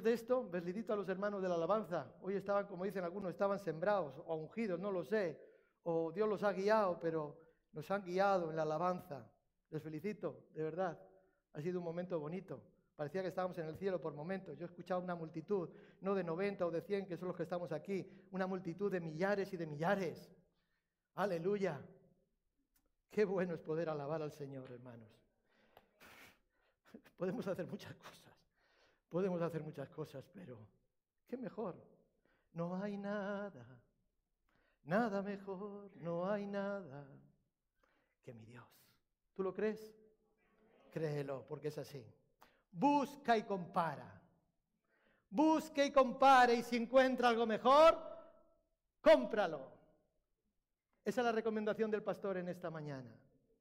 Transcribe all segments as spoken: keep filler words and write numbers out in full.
de esto, felicito a los hermanos de la alabanza. Hoy estaban, como dicen algunos, estaban sembrados o ungidos, no lo sé. O Dios los ha guiado, pero nos han guiado en la alabanza. Les felicito, de verdad. Ha sido un momento bonito. Parecía que estábamos en el cielo por momentos. Yo he escuchado una multitud, no de noventa o de cien, que son los que estamos aquí, una multitud de millares y de millares. ¡Aleluya! Qué bueno es poder alabar al Señor, hermanos. Podemos hacer muchas cosas, podemos hacer muchas cosas, pero qué mejor. No hay nada, nada mejor, no hay nada que mi Dios. ¿Tú lo crees? Créelo, porque es así. Busca y compara. Busca y compara, y si encuentra algo mejor, cómpralo. Esa es la recomendación del pastor en esta mañana.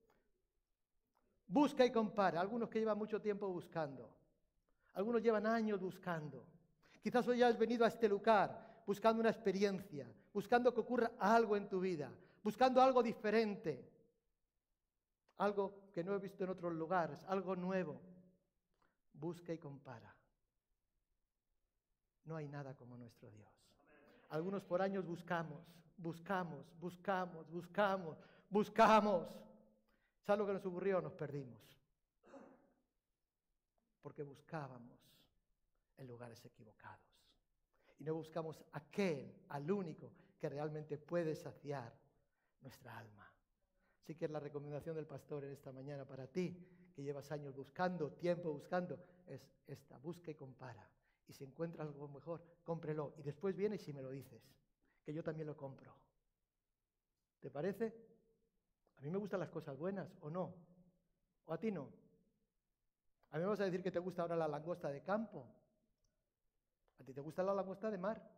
Busca y compara. Algunos que llevan mucho tiempo buscando. Algunos llevan años buscando. Quizás hoy has venido a este lugar buscando una experiencia, buscando que ocurra algo en tu vida, buscando algo diferente, algo que no he visto en otros lugares, algo nuevo. Busca y compara. No hay nada como nuestro Dios. Algunos por años buscamos, buscamos, buscamos, buscamos, buscamos. ¿Sabes lo que nos ocurrió? Nos perdimos. Porque buscábamos en lugares equivocados. Y no buscamos aquel, al único, que realmente puede saciar nuestra alma. Así que es la recomendación del pastor en esta mañana para ti, que llevas años buscando, tiempo buscando, es esta: busca y compara. Y si encuentras algo mejor, cómprelo. Y después vienes y me lo dices, que yo también lo compro. ¿Te parece? A mí me gustan las cosas buenas, ¿o no? ¿O a ti no? A mí me vas a decir que te gusta ahora la langosta de campo. ¿A ti te gusta la langosta de mar?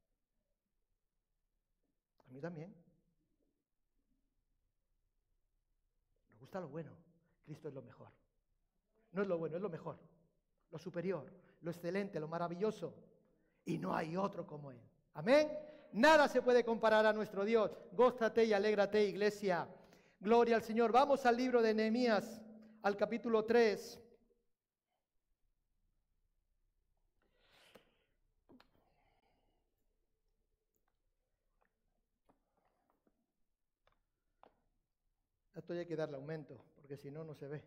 A mí también. Nos gusta lo bueno. Cristo es lo mejor. No es lo bueno, es lo mejor. Lo superior, lo excelente, lo maravilloso. Y no hay otro como Él. Amén. Nada se puede comparar a nuestro Dios. Gózate y alégrate, iglesia. Gloria al Señor. Vamos al libro de Nehemías, al capítulo tres. Esto hay que darle aumento, porque si no, no se ve.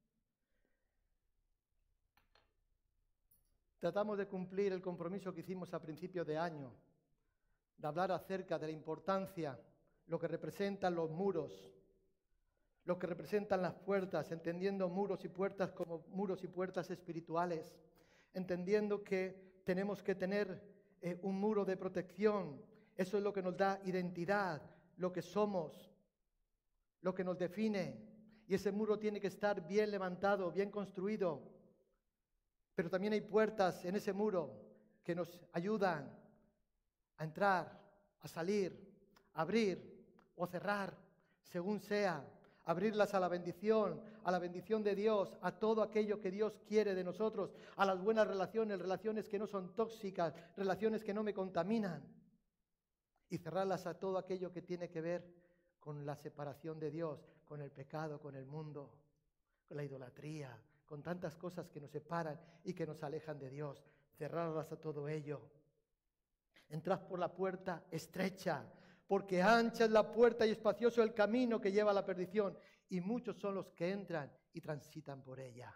Tratamos de cumplir el compromiso que hicimos a principios de año, de hablar acerca de la importancia, lo que representan los muros, lo que representan las puertas, entendiendo muros y puertas como muros y puertas espirituales, entendiendo que tenemos que tener eh, un muro de protección. Eso es lo que nos da identidad, lo que somos, lo que nos define. Y ese muro tiene que estar bien levantado, bien construido. Pero también hay puertas en ese muro que nos ayudan a entrar, a salir, a abrir o cerrar, según sea. Abrirlas a la bendición, a la bendición de Dios, a todo aquello que Dios quiere de nosotros, a las buenas relaciones, relaciones que no son tóxicas, relaciones que no me contaminan. Y cerrarlas a todo aquello que tiene que ver con la separación de Dios, con el pecado, con el mundo, con la idolatría, con tantas cosas que nos separan y que nos alejan de Dios. Cerrarlas a todo ello. Entrad por la puerta estrecha, porque ancha es la puerta y espacioso el camino que lleva a la perdición, y muchos son los que entran y transitan por ella.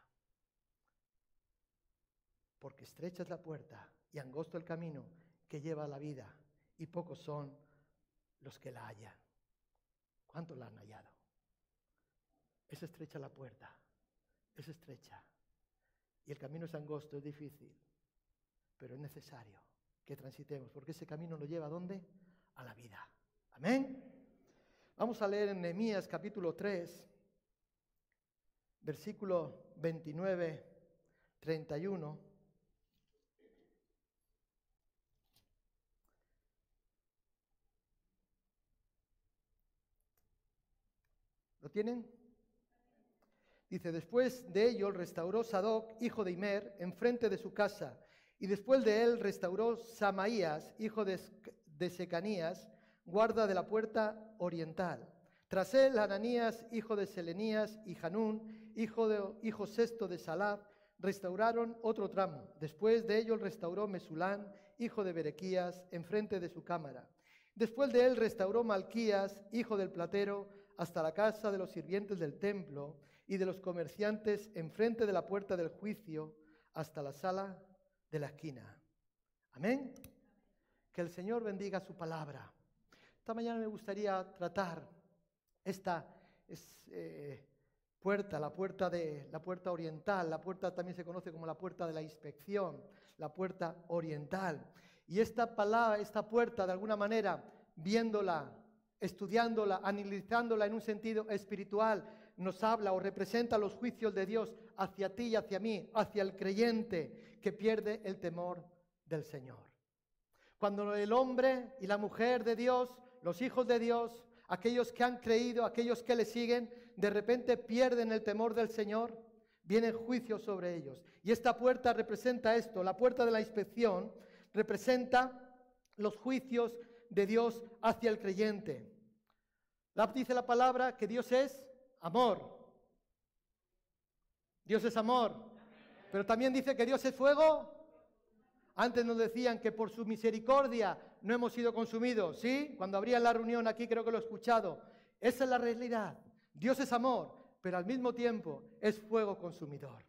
Porque estrecha es la puerta y angosto el camino que lleva a la vida, y pocos son los que la hallan. ¿Cuántos la han hallado? Es estrecha la puerta, es estrecha, y el camino es angosto, es difícil, pero es necesario que transitemos, porque ese camino nos lleva ¿a dónde? A la vida. Amén. Vamos a leer en Nehemías capítulo tres, versículo veintinueve, treinta y uno. ¿Lo tienen? Dice: después de ello restauró Sadoc, hijo de Imer, enfrente de su casa, y después de él restauró Samaías, hijo de, de Secanías, guarda de la puerta oriental. Tras él, Ananías, hijo de Selenías, y Hanún, hijo, de, hijo sexto de Salaf, restauraron otro tramo. Después de ello restauró Mesulán, hijo de Berequías, enfrente de su cámara. Después de él restauró Malquías, hijo del platero, hasta la casa de los sirvientes del templo y de los comerciantes enfrente de la puerta del juicio, hasta la sala de la esquina. Amén. Que el Señor bendiga su palabra. Esta mañana me gustaría tratar esta es, eh, puerta, la puerta, de, la puerta oriental. La puerta también se conoce como la puerta de la inspección, la puerta oriental. Y esta palabra, esta puerta, de alguna manera, viéndola, estudiándola, analizándola en un sentido espiritual, nos habla o representa los juicios de Dios hacia ti y hacia mí, hacia el creyente que pierde el temor del Señor. Cuando el hombre y la mujer de Dios, los hijos de Dios, aquellos que han creído, aquellos que le siguen, de repente pierden el temor del Señor, vienen juicios sobre ellos. Y esta puerta representa esto, la puerta de la inspección representa los juicios de Dios hacia el creyente. La, dice la palabra que Dios es amor. Dios es amor. Pero también dice que Dios es fuego. Antes nos decían que por su misericordia no hemos sido consumidos, ¿sí? Cuando abrían la reunión aquí creo que lo he escuchado. Esa es la realidad. Dios es amor, pero al mismo tiempo es fuego consumidor.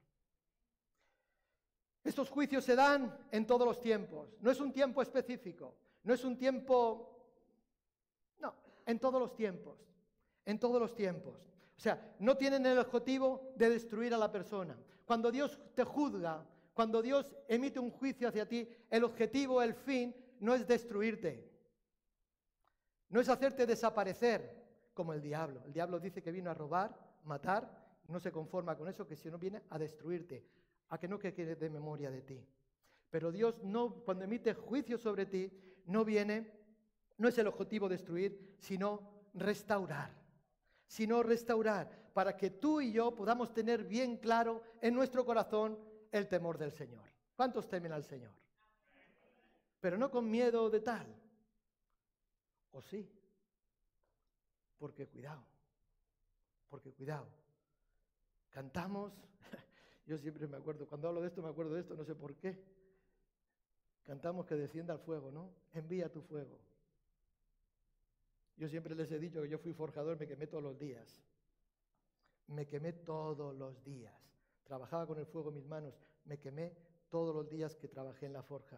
Estos juicios se dan en todos los tiempos. No es un tiempo específico, no es un tiempo... No, en todos los tiempos, en todos los tiempos. O sea, no tienen el objetivo de destruir a la persona. Cuando Dios te juzga, cuando Dios emite un juicio hacia ti, el objetivo, el fin, no es destruirte. No es hacerte desaparecer como el diablo. El diablo dice que vino a robar, matar, no se conforma con eso, que si no viene a destruirte, a que no quede de memoria de ti. Pero Dios no, cuando emite juicio sobre ti, no viene, no es el objetivo destruir, sino restaurar. Sino restaurar, para que tú y yo podamos tener bien claro en nuestro corazón el temor del Señor. ¿Cuántos temen al Señor? Pero no con miedo de tal. ¿O sí? Porque cuidado, porque cuidado. Cantamos, yo siempre me acuerdo, cuando hablo de esto me acuerdo de esto, no sé por qué. Cantamos que descienda el fuego, ¿no? Envía tu fuego. Yo siempre les he dicho que yo fui forjador, me quemé todos los días. Me quemé todos los días. Trabajaba con el fuego en mis manos, me quemé todos los días que trabajé en la forja.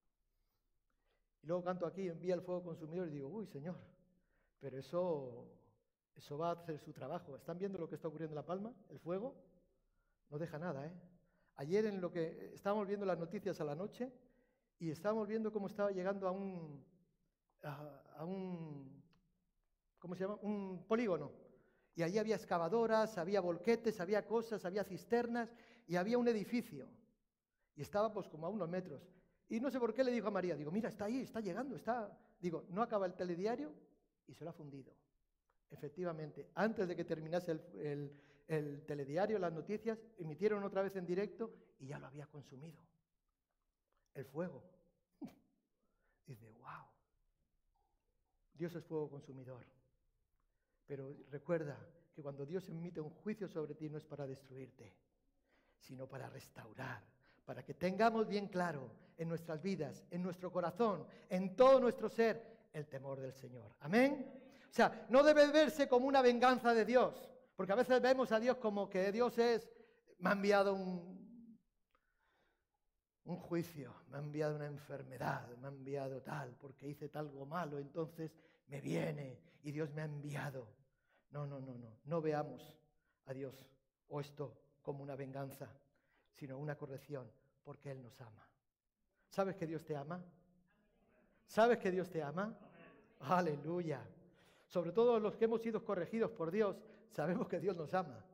Y luego canto aquí, envía el fuego consumidor, y digo, uy, Señor, pero eso, eso va a hacer su trabajo. ¿Están viendo lo que está ocurriendo en La Palma? El fuego no deja nada, ¿eh? Ayer en lo que estábamos viendo las noticias a la noche y estábamos viendo cómo estaba llegando a un, a, a un, ¿cómo se llama? Un polígono. Y allí había excavadoras, había volquetes, había cosas, había cisternas y había un edificio. Y estaba pues como a unos metros. Y no sé por qué le dijo a María, digo, mira, está ahí, está llegando, está... Digo, no acaba el telediario y se lo ha fundido. Efectivamente, antes de que terminase el, el, el telediario, las noticias, emitieron otra vez en directo y ya lo había consumido. El fuego. Dice, wow. Dios es fuego consumidor. Pero recuerda que cuando Dios emite un juicio sobre ti no es para destruirte, sino para restaurar, para que tengamos bien claro en nuestras vidas, en nuestro corazón, en todo nuestro ser, el temor del Señor. Amén. O sea, no debe verse como una venganza de Dios, porque a veces vemos a Dios como que Dios es, me ha enviado un, un juicio, me ha enviado una enfermedad, me ha enviado tal, porque hice algo malo, entonces me viene y Dios me ha enviado. No, no, no, no, no veamos a Dios o esto como una venganza, sino una corrección, porque Él nos ama. ¿Sabes que Dios te ama? ¿Sabes que Dios te ama? Aleluya. Sobre todo los que hemos sido corregidos por Dios, sabemos que Dios nos ama.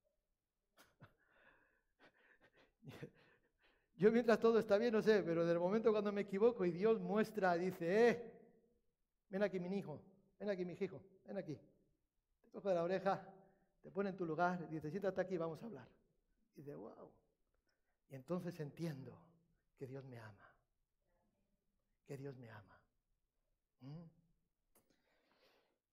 Yo mientras todo está bien, no sé, pero del momento cuando me equivoco y Dios muestra, dice, eh, ven aquí mi hijo, ven aquí mi hijo, ven aquí. Te coge de la oreja, te pone en tu lugar, y dice, siéntate aquí, vamos a hablar. Y dice, wow. Y entonces entiendo que Dios me ama. Que Dios me ama. ¿Mm?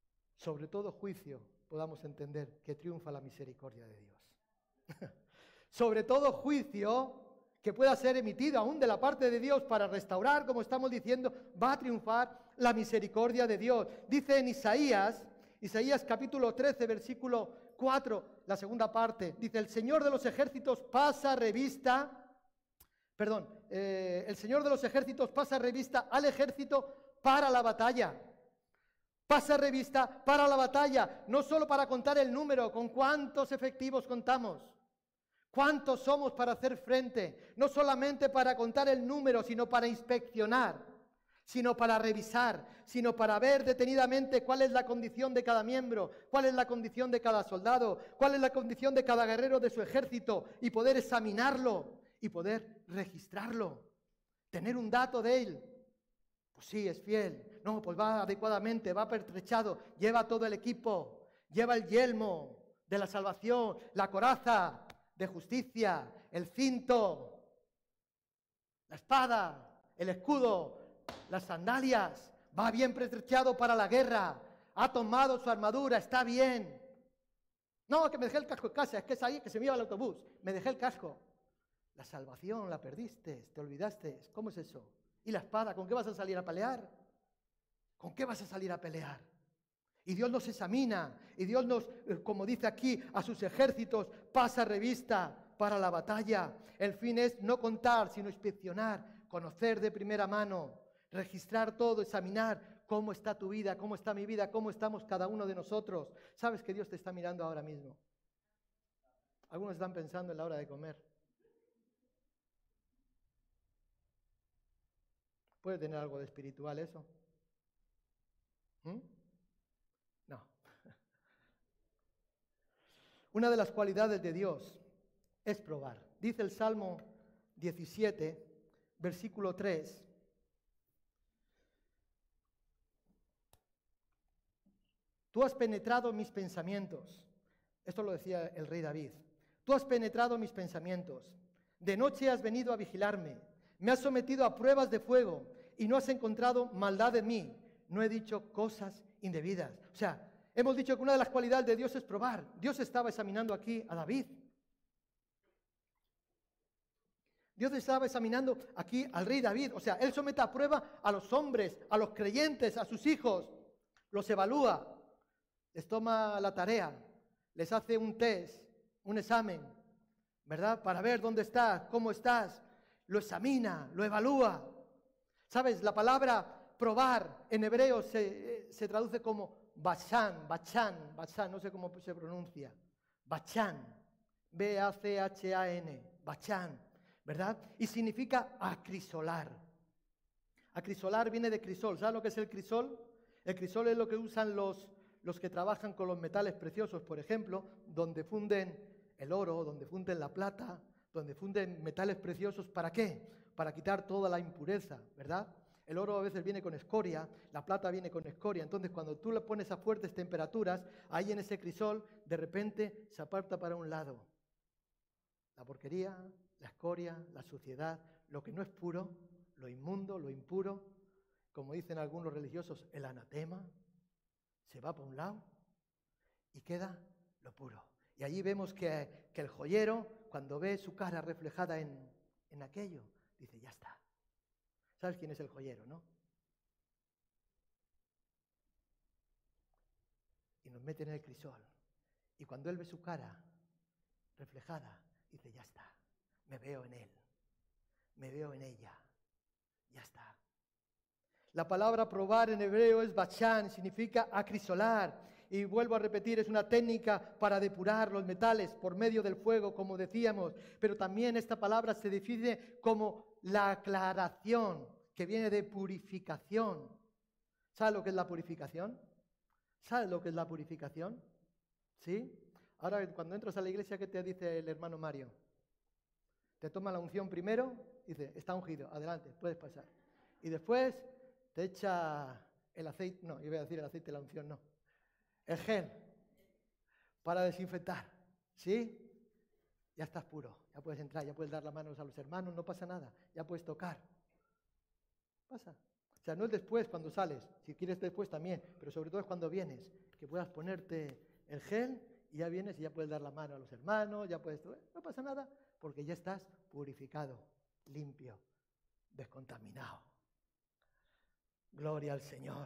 Sobre todo juicio podamos entender que triunfa la misericordia de Dios. sobre todo juicio que pueda ser emitido aún de la parte de Dios para restaurar, como estamos diciendo, va a triunfar la misericordia de Dios. Dice en Isaías, Isaías capítulo trece, versículo cuatro, la segunda parte, dice, el Señor de los ejércitos pasa revista, perdón, eh, el Señor de los ejércitos pasa revista al ejército para la batalla. Pasa revista para la batalla, no solo para contar el número, con cuántos efectivos contamos. ¿Cuántos somos para hacer frente? No solamente para contar el número, sino para inspeccionar, sino para revisar, sino para ver detenidamente cuál es la condición de cada miembro, cuál es la condición de cada soldado, cuál es la condición de cada guerrero de su ejército y poder examinarlo y poder registrarlo, tener un dato de él. Pues sí, es fiel. No, pues va adecuadamente, va pertrechado, lleva todo el equipo, lleva el yelmo de la salvación, la coraza de justicia, el cinto, la espada, el escudo, las sandalias, va bien pertrechado para la guerra, ha tomado su armadura, está bien. No, que me dejé el casco en casa, es que es ahí que se me iba el autobús, me dejé el casco. La salvación la perdiste, te olvidaste, ¿cómo es eso? ¿Y la espada? ¿Con qué vas a salir a pelear? ¿Con qué vas a salir a pelear? Y Dios nos examina, y Dios nos, como dice aquí, a sus ejércitos pasa revista para la batalla. El fin es no contar, sino inspeccionar, conocer de primera mano, registrar todo, examinar cómo está tu vida, cómo está mi vida, cómo estamos cada uno de nosotros. ¿Sabes que Dios te está mirando ahora mismo? Algunos están pensando en la hora de comer. ¿Puede tener algo de espiritual eso? ¿Mm? No. Una de las cualidades de Dios es probar. Dice el Salmo diecisiete, versículo tres. Tú has penetrado mis pensamientos. Esto lo decía el rey David. Tú has penetrado mis pensamientos. De noche has venido a vigilarme. Me has sometido a pruebas de fuego y no has encontrado maldad en mí. No he dicho cosas indebidas. O sea, hemos dicho que una de las cualidades de Dios es probar. Dios estaba examinando aquí a David. Dios estaba examinando aquí al rey David. O sea, Él somete a prueba a los hombres, a los creyentes, a sus hijos. Los evalúa, les toma la tarea, les hace un test, un examen, ¿verdad? Para ver dónde estás, cómo estás. Lo examina, lo evalúa. ¿Sabes? La palabra probar en hebreo se, se traduce como bachan, bachan, bachan, no sé cómo se pronuncia. Bachan, B A C H A N, bachan, ¿verdad? Y significa acrisolar. Acrisolar viene de crisol. ¿Sabes lo que es el crisol? El crisol es lo que usan los, los que trabajan con los metales preciosos, por ejemplo, donde funden el oro, donde funden la plata, donde funden metales preciosos. ¿Para qué? Para quitar toda la impureza, ¿verdad? El oro a veces viene con escoria, la plata viene con escoria. Entonces, cuando tú le pones a fuertes temperaturas, ahí en ese crisol, de repente se aparta para un lado. La porquería, la escoria, la suciedad, lo que no es puro, lo inmundo, lo impuro, como dicen algunos religiosos, el anatema, se va para un lado y queda lo puro. Y allí vemos que, que el joyero, cuando ve su cara reflejada en, en aquello, dice, ya está. ¿Sabes quién es el joyero, no? Y nos mete en el crisol. Y cuando él ve su cara reflejada, dice, ya está. Me veo en él. Me veo en ella. Ya está. La palabra probar en hebreo es bachan, significa acrisolar. Y vuelvo a repetir, es una técnica para depurar los metales por medio del fuego, como decíamos. Pero también esta palabra se define como la aclaración, que viene de purificación. ¿Sabes lo que es la purificación? ¿Sabes lo que es la purificación? ¿Sí? Ahora, cuando entras a la iglesia, ¿qué te dice el hermano Mario? Te toma la unción primero, dice, está ungido, adelante, puedes pasar. Y después te echa el aceite, no, yo voy a decir el aceite de la unción, no. El gel, para desinfectar, ¿sí? Ya estás puro, ya puedes entrar, ya puedes dar las manos a los hermanos, no pasa nada, ya puedes tocar. Pasa. O sea, no es después cuando sales, si quieres después también, pero sobre todo es cuando vienes, que puedas ponerte el gel y ya vienes y ya puedes dar la mano a los hermanos, ya puedes, no pasa nada, porque ya estás purificado, limpio, descontaminado. Gloria al Señor.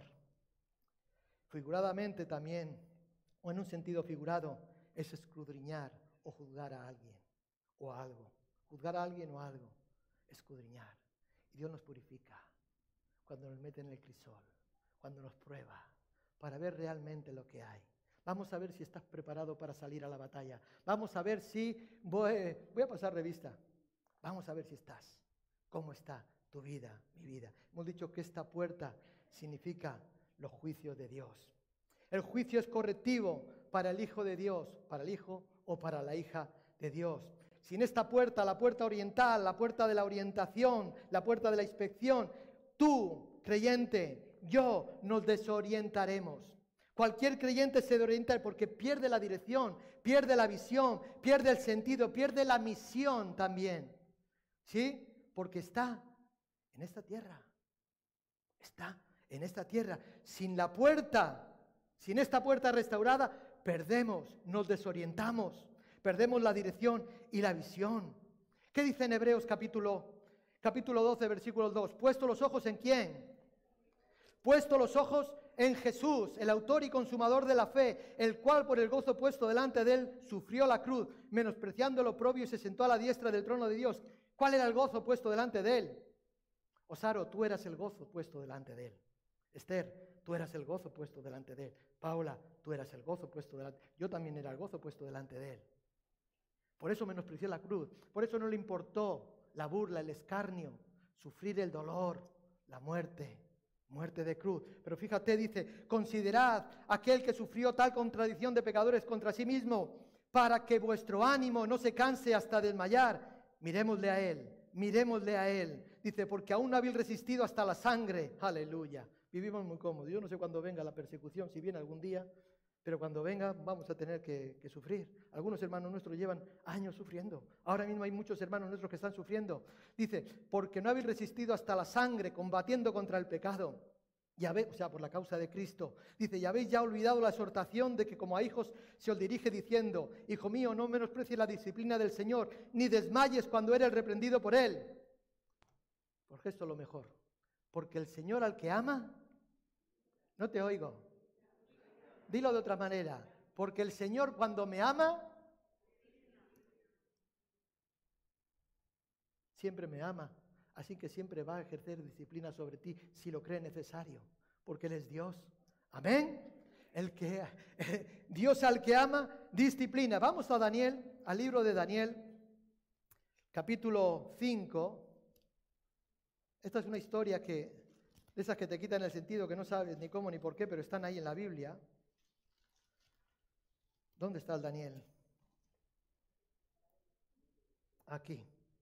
Figuradamente también, o en un sentido figurado, es escudriñar o juzgar a alguien o a algo. Juzgar a alguien o a algo, escudriñar. Y Dios nos purifica cuando nos mete en el crisol, cuando nos prueba, para ver realmente lo que hay. Vamos a ver si estás preparado para salir a la batalla. Vamos a ver si voy, voy a pasar revista. Vamos a ver si estás. ¿Cómo está tu vida, mi vida? Hemos dicho que esta puerta significa los juicios de Dios. El juicio es correctivo para el Hijo de Dios, para el Hijo o para la hija de Dios. Sin esta puerta, la puerta oriental, la puerta de la orientación, la puerta de la inspección, tú, creyente, yo, nos desorientaremos. Cualquier creyente se desorienta porque pierde la dirección, pierde la visión, pierde el sentido, pierde la misión también. ¿Sí? Porque está en esta tierra. Está en esta tierra. Sin la puerta, sin esta puerta restaurada, perdemos, nos desorientamos, perdemos la dirección y la visión. ¿Qué dice en Hebreos capítulo, capítulo doce, versículo dos? Puesto los ojos en ¿quién? Puesto los ojos en Jesús, el autor y consumador de la fe, el cual por el gozo puesto delante de él sufrió la cruz, menospreciando lo oprobio y se sentó a la diestra del trono de Dios. ¿Cuál era el gozo puesto delante de él? Osaro, tú eras el gozo puesto delante de él. Esther, tú eras el gozo puesto delante de él. Paula, tú eras el gozo puesto delante. Yo también era el gozo puesto delante de él. Por eso menospreció la cruz. Por eso no le importó la burla, el escarnio, sufrir el dolor, la muerte. Muerte de cruz. Pero fíjate, dice, considerad aquel que sufrió tal contradicción de pecadores contra sí mismo, para que vuestro ánimo no se canse hasta desmayar. Miremosle a él, miremosle a él. Dice, porque aún no habéis resistido hasta la sangre. Aleluya. Vivimos muy cómodos. Yo no sé cuándo venga la persecución, si viene algún día, pero cuando venga vamos a tener que, que sufrir. Algunos hermanos nuestros llevan años sufriendo. Ahora mismo hay muchos hermanos nuestros que están sufriendo. Dice, porque no habéis resistido hasta la sangre, combatiendo contra el pecado. Ya ve, o sea, por la causa de Cristo. Dice, y habéis ya olvidado la exhortación de que como a hijos se os dirige diciendo, hijo mío, no menosprecies la disciplina del Señor, ni desmayes cuando eres reprendido por Él. Porque esto es lo mejor. Porque el Señor al que ama, no te oigo. Dilo de otra manera. Porque el Señor cuando me ama, siempre me ama. Así que siempre va a ejercer disciplina sobre ti si lo cree necesario. Porque Él es Dios. Amén. El que, eh, Dios al que ama, disciplina. Vamos a Daniel, al libro de Daniel, capítulo cinco. Esta es una historia que, de esas que te quitan el sentido, que no sabes ni cómo ni por qué, pero están ahí en la Biblia. ¿Dónde está el Daniel? Aquí.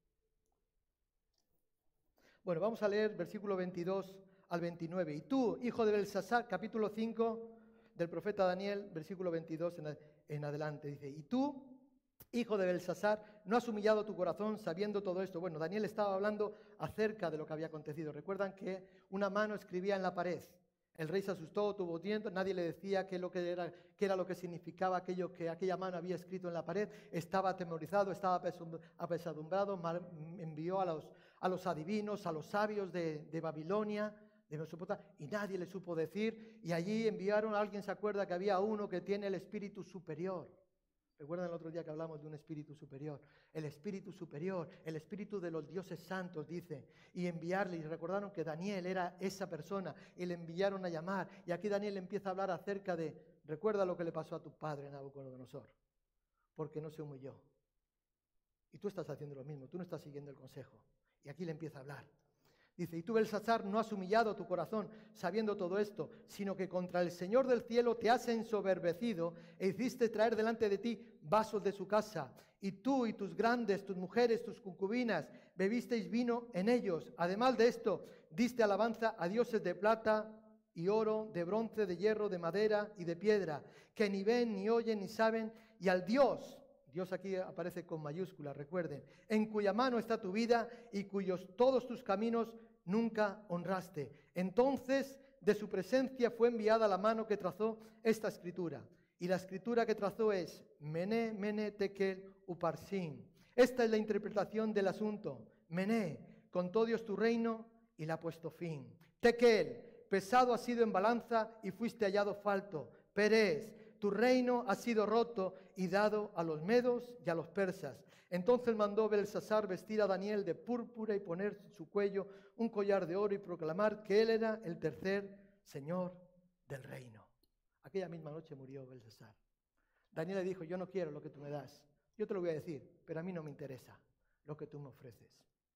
Bueno, vamos a leer versículo veintidós al veintinueve. Y tú, hijo de Belsasar, capítulo cinco del profeta Daniel, versículo veintidós en, en adelante, dice, y tú, hijo de Belsasar, no has humillado tu corazón sabiendo todo esto. Bueno, Daniel estaba hablando acerca de lo que había acontecido. Recuerdan que una mano escribía en la pared. El rey se asustó, tuvo miedo, nadie le decía qué, lo que era, qué era lo que significaba aquello que aquella mano había escrito en la pared. Estaba atemorizado, estaba apesadumbrado, envió a los, a los adivinos, a los sabios de, de Babilonia, de Mesopotamia, y nadie le supo decir. Y allí enviaron, alguien se acuerda que había uno que tiene el espíritu superior. ¿Recuerdan el otro día que hablamos de un espíritu superior? El espíritu superior, el espíritu de los dioses santos, dice. Y enviarle, y recordaron que Daniel era esa persona, y le enviaron a llamar. Y aquí Daniel empieza a hablar acerca de, recuerda lo que le pasó a tu padre Nabucodonosor, porque no se humilló. Y tú estás haciendo lo mismo, tú no estás siguiendo el consejo. Y aquí le empieza a hablar. Dice, y tú, Belsasar, no has humillado tu corazón sabiendo todo esto, sino que contra el Señor del cielo te has ensoberbecido e hiciste traer delante de ti vasos de su casa. Y tú y tus grandes, tus mujeres, tus concubinas, bebisteis vino en ellos. Además de esto, diste alabanza a dioses de plata y oro, de bronce, de hierro, de madera y de piedra, que ni ven, ni oyen, ni saben, y al Dios... Dios aquí aparece con mayúsculas, recuerden, en cuya mano está tu vida y cuyos todos tus caminos nunca honraste. Entonces de su presencia fue enviada la mano que trazó esta escritura. Y la escritura que trazó es Mené, Mené, Tekel, Uparsin. Esta es la interpretación del asunto. Mené, contó Dios tu reino y le ha puesto fin. Tekel, pesado has sido en balanza y fuiste hallado falto. Perez, tu reino ha sido roto y dado a los medos y a los persas. Entonces mandó Belsasar vestir a Daniel de púrpura y poner en su cuello un collar de oro y proclamar que él era el tercer señor del reino. Aquella misma noche murió Belsasar. Daniel le dijo, yo no quiero lo que tú me das. Yo te lo voy a decir, pero a mí no me interesa lo que tú me ofreces.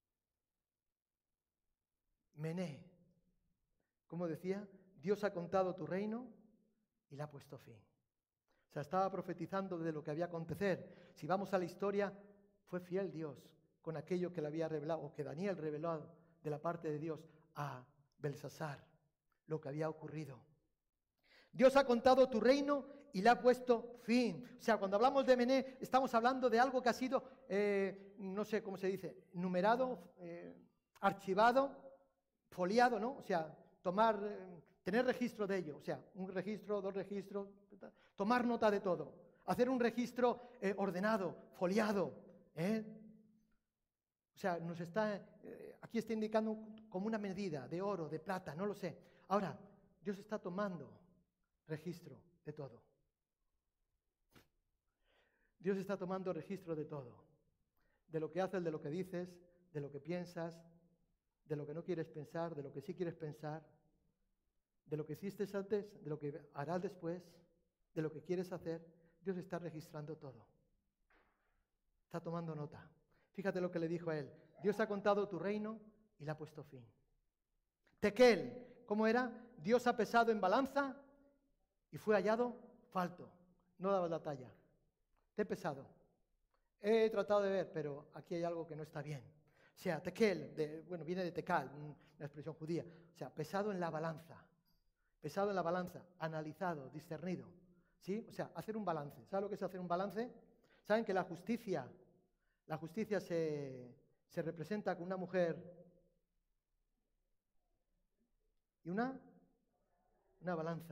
Mené, como decía, Dios ha contado tu reino y le ha puesto fin. O sea, estaba profetizando de lo que había a acontecer. Si vamos a la historia, fue fiel Dios con aquello que le había revelado, o que Daniel reveló de la parte de Dios a Belsasar, lo que había ocurrido. Dios ha contado tu reino y le ha puesto fin. O sea, cuando hablamos de Mené, estamos hablando de algo que ha sido, eh, no sé cómo se dice, numerado, eh, archivado, foliado, ¿no? O sea, tomar, eh, tener registro de ello. O sea, un registro, dos registros, tomar nota de todo. Hacer un registro eh, ordenado, foliado. ¿eh? O sea, nos está, eh, aquí está indicando como una medida de oro, de plata, no lo sé. Ahora, Dios está tomando registro de todo. Dios está tomando registro de todo. De lo que haces, de lo que dices, de lo que piensas, de lo que no quieres pensar, de lo que sí quieres pensar, de lo que hiciste antes, de lo que harás después, de lo que quieres hacer. Dios está registrando todo. Está tomando nota. Fíjate lo que le dijo a él. Dios ha contado tu reino y le ha puesto fin. Tekel, ¿cómo era? Dios ha pesado en balanza y fue hallado falto. No daba la talla. Te he pesado. He tratado de ver, pero aquí hay algo que no está bien. O sea, tekel, de, bueno, viene de tekal, una expresión judía. O sea, pesado en la balanza. Pesado en la balanza, analizado, discernido. ¿Sí? O sea, hacer un balance. ¿Saben lo que es hacer un balance? ¿Saben que la justicia, la justicia se, se representa con una mujer y una, una balanza?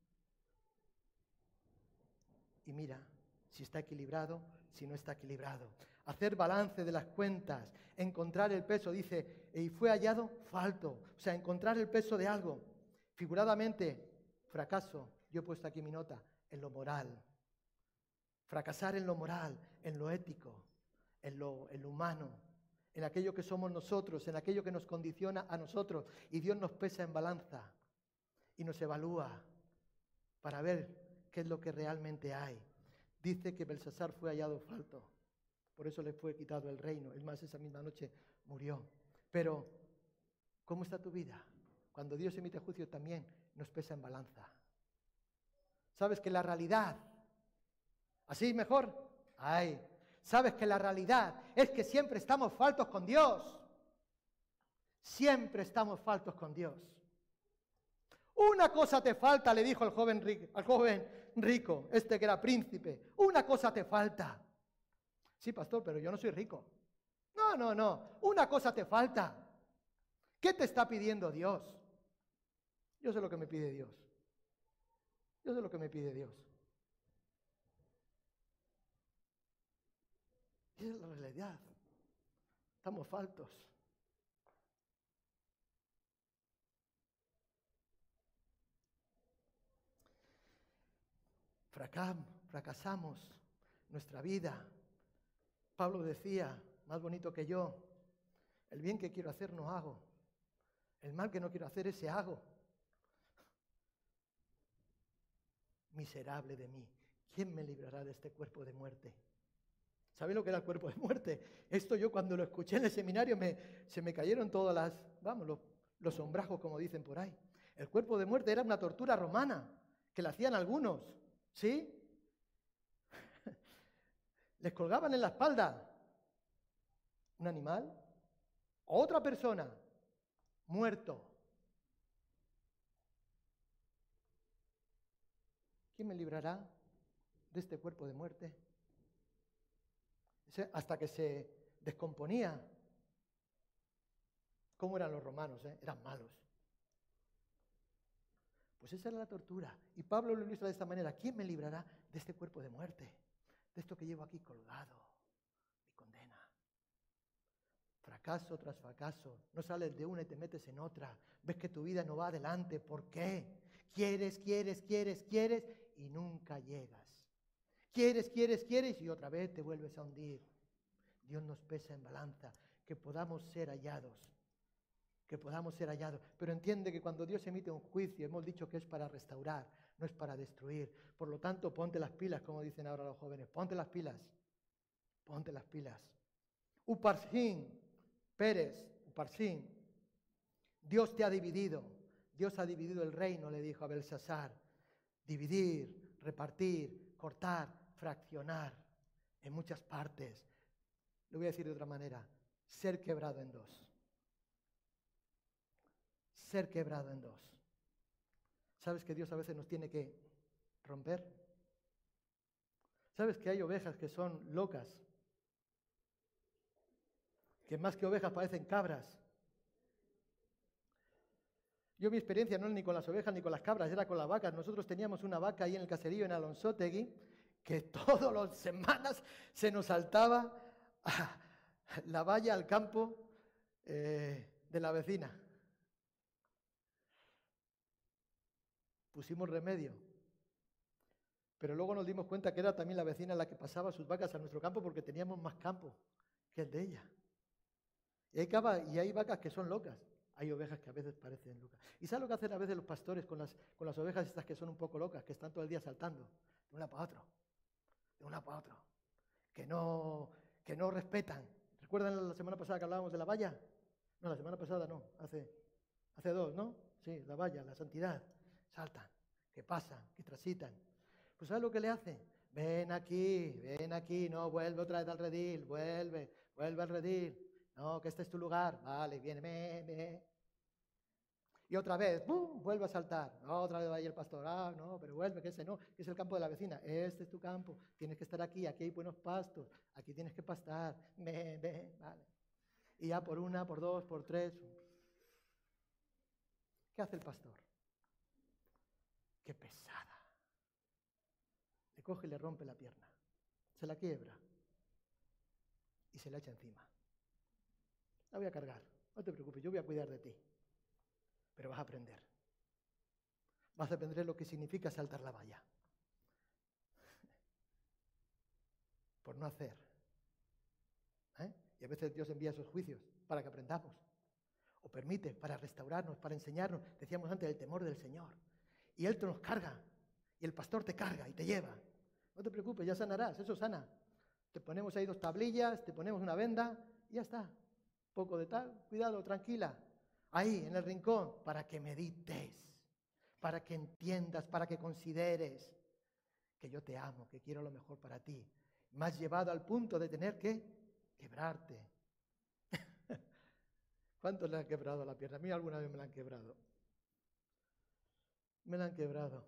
Y mira si está equilibrado, si no está equilibrado. Hacer balance de las cuentas, encontrar el peso, dice, y fue hallado falto. O sea, encontrar el peso de algo. Figuradamente, fracaso, yo he puesto aquí mi nota, en lo moral. Fracasar en lo moral, en lo ético, en lo, en lo humano, en aquello que somos nosotros, en aquello que nos condiciona a nosotros. Y Dios nos pesa en balanza y nos evalúa para ver qué es lo que realmente hay. Dice que Belsasar fue hallado falto, por eso le fue quitado el reino. Es más, esa misma noche murió. Pero, ¿cómo está tu vida? Cuando Dios emite juicio también nos pesa en balanza. ¿Sabes que la realidad, así mejor? Ay, ¿sabes que la realidad es que siempre estamos faltos con Dios? Siempre estamos faltos con Dios. Una cosa te falta, le dijo al joven rico, al joven rico, este que era príncipe. Una cosa te falta. Sí, pastor, pero yo no soy rico. No, no, no. Una cosa te falta. ¿Qué te está pidiendo Dios? Yo sé lo que me pide Dios. Yo sé lo que me pide Dios. Y esa es la realidad. Estamos faltos. Fracasamos nuestra vida. Pablo decía, más bonito que yo, el bien que quiero hacer no hago, el mal que no quiero hacer ese hago. Miserable de mí, ¿quién me librará de este cuerpo de muerte? ¿Saben lo que era el cuerpo de muerte? Esto yo cuando lo escuché en el seminario me, se me cayeron todas las, vamos, los, los sombrajos, como dicen por ahí. El cuerpo de muerte era una tortura romana que la hacían algunos. ¿Sí? Les colgaban en la espalda un animal, otra persona, muerto. ¿Quién me librará de este cuerpo de muerte? Hasta que se descomponía. ¿Cómo eran los romanos? Eh? Eran malos. Pues esa era la tortura. Y Pablo lo ilustra de esta manera. ¿Quién me librará de este cuerpo de muerte? De esto que llevo aquí colgado. Mi condena. Fracaso tras fracaso. No sales de una y te metes en otra. Ves que tu vida no va adelante. ¿Por qué? Quieres, quieres, quieres, quieres y nunca llegas. Quieres, quieres, quieres y otra vez te vuelves a hundir. Dios nos pesa en balanza. Que podamos ser hallados. Que podamos ser hallados. Pero entiende que cuando Dios emite un juicio, hemos dicho que es para restaurar, no es para destruir. Por lo tanto, ponte las pilas, como dicen ahora los jóvenes. Ponte las pilas. Ponte las pilas. Uparsin, Pérez, Uparsin. Dios te ha dividido. Dios ha dividido el reino, le dijo a Belsasar. Dividir, repartir, cortar, fraccionar en muchas partes. Lo voy a decir de otra manera. Ser quebrado en dos. Ser quebrado en dos. ¿Sabes que Dios a veces nos tiene que romper? ¿Sabes que hay ovejas que son locas? Que más que ovejas parecen cabras. Yo mi experiencia no es ni con las ovejas ni con las cabras, era con las vacas. Nosotros teníamos una vaca ahí en el caserío en Alonsótegui que todas las semanas se nos saltaba la valla al campo eh, de la vecina. Pusimos remedio. Pero luego nos dimos cuenta que era también la vecina la que pasaba sus vacas a nuestro campo porque teníamos más campo que el de ella. Y hay, cava, y hay vacas que son locas. Hay ovejas que a veces parecen locas. ¿Y sabes lo que hacen a veces los pastores con las, con las ovejas estas que son un poco locas, que están todo el día saltando de una para otro, de una para otro, que no, que no respetan? ¿Recuerdan la semana pasada que hablábamos de la valla? No, la semana pasada no, hace, hace dos, ¿no? Sí, la valla, la santidad. Saltan, que pasan, que transitan. Pues ¿sabes lo que le hacen? Ven aquí, ven aquí, no, vuelve otra vez al redil, vuelve, vuelve al redil. No, que este es tu lugar. Vale, viene, me, me. Y otra vez, ¡pum!, vuelve a saltar. No, otra vez va ahí el pastor. Ah, no, pero vuelve, que ese no, que es el campo de la vecina. Este es tu campo. Tienes que estar aquí, aquí hay buenos pastos. Aquí tienes que pastar. Me, me, vale. Y ya por una, por dos, por tres. ¿Qué hace el pastor? Qué pesada. Le coge y le rompe la pierna. Se la quiebra. Y se la echa encima. La voy a cargar. No te preocupes, yo voy a cuidar de ti. Pero vas a aprender. Vas a aprender lo que significa saltar la valla. Por no hacer. ¿Eh? Y a veces Dios envía esos juicios para que aprendamos. O permite para restaurarnos, para enseñarnos. Decíamos antes, el temor del Señor. Y Él te nos carga. Y el pastor te carga y te lleva. No te preocupes, ya sanarás, eso sana. Te ponemos ahí dos tablillas, te ponemos una venda y ya está. Poco de tal, cuidado, tranquila. Ahí, en el rincón, para que medites, para que entiendas, para que consideres que yo te amo, que quiero lo mejor para ti. Me has llevado al punto de tener que quebrarte. ¿Cuántos le han quebrado la pierna? A mí alguna vez me la han quebrado. Me la han quebrado.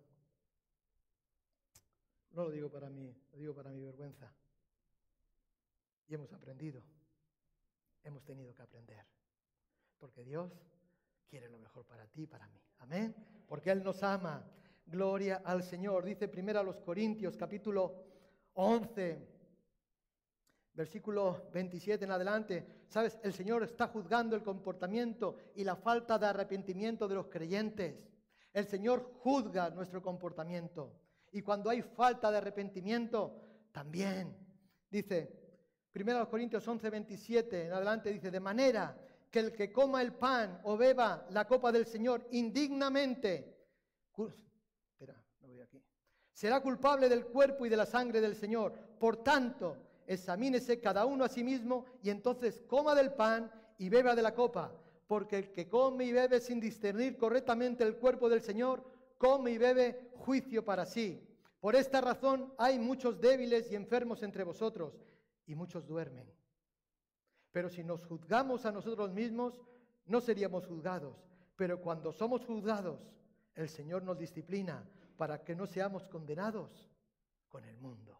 No lo digo para mí, lo digo para mi vergüenza. Y hemos aprendido. Hemos tenido que aprender. Porque Dios quiere lo mejor para ti y para mí. Amén. Porque Él nos ama. Gloria al Señor. Dice primero a los Corintios, capítulo once, versículo veintisiete en adelante. ¿Sabes? El Señor está juzgando el comportamiento y la falta de arrepentimiento de los creyentes. El Señor juzga nuestro comportamiento. Y cuando hay falta de arrepentimiento, también. Dice, primero Corintios once, veintisiete en adelante, dice, de manera que el que coma el pan o beba la copa del Señor indignamente, espera, no voy aquí, será culpable del cuerpo y de la sangre del Señor. Por tanto, examínese cada uno a sí mismo y entonces coma del pan y beba de la copa. Porque el que come y bebe sin discernir correctamente el cuerpo del Señor, come y bebe juicio para sí. Por esta razón hay muchos débiles y enfermos entre vosotros, y muchos duermen. Pero si nos juzgamos a nosotros mismos, no seríamos juzgados. Pero cuando somos juzgados, el Señor nos disciplina para que no seamos condenados con el mundo.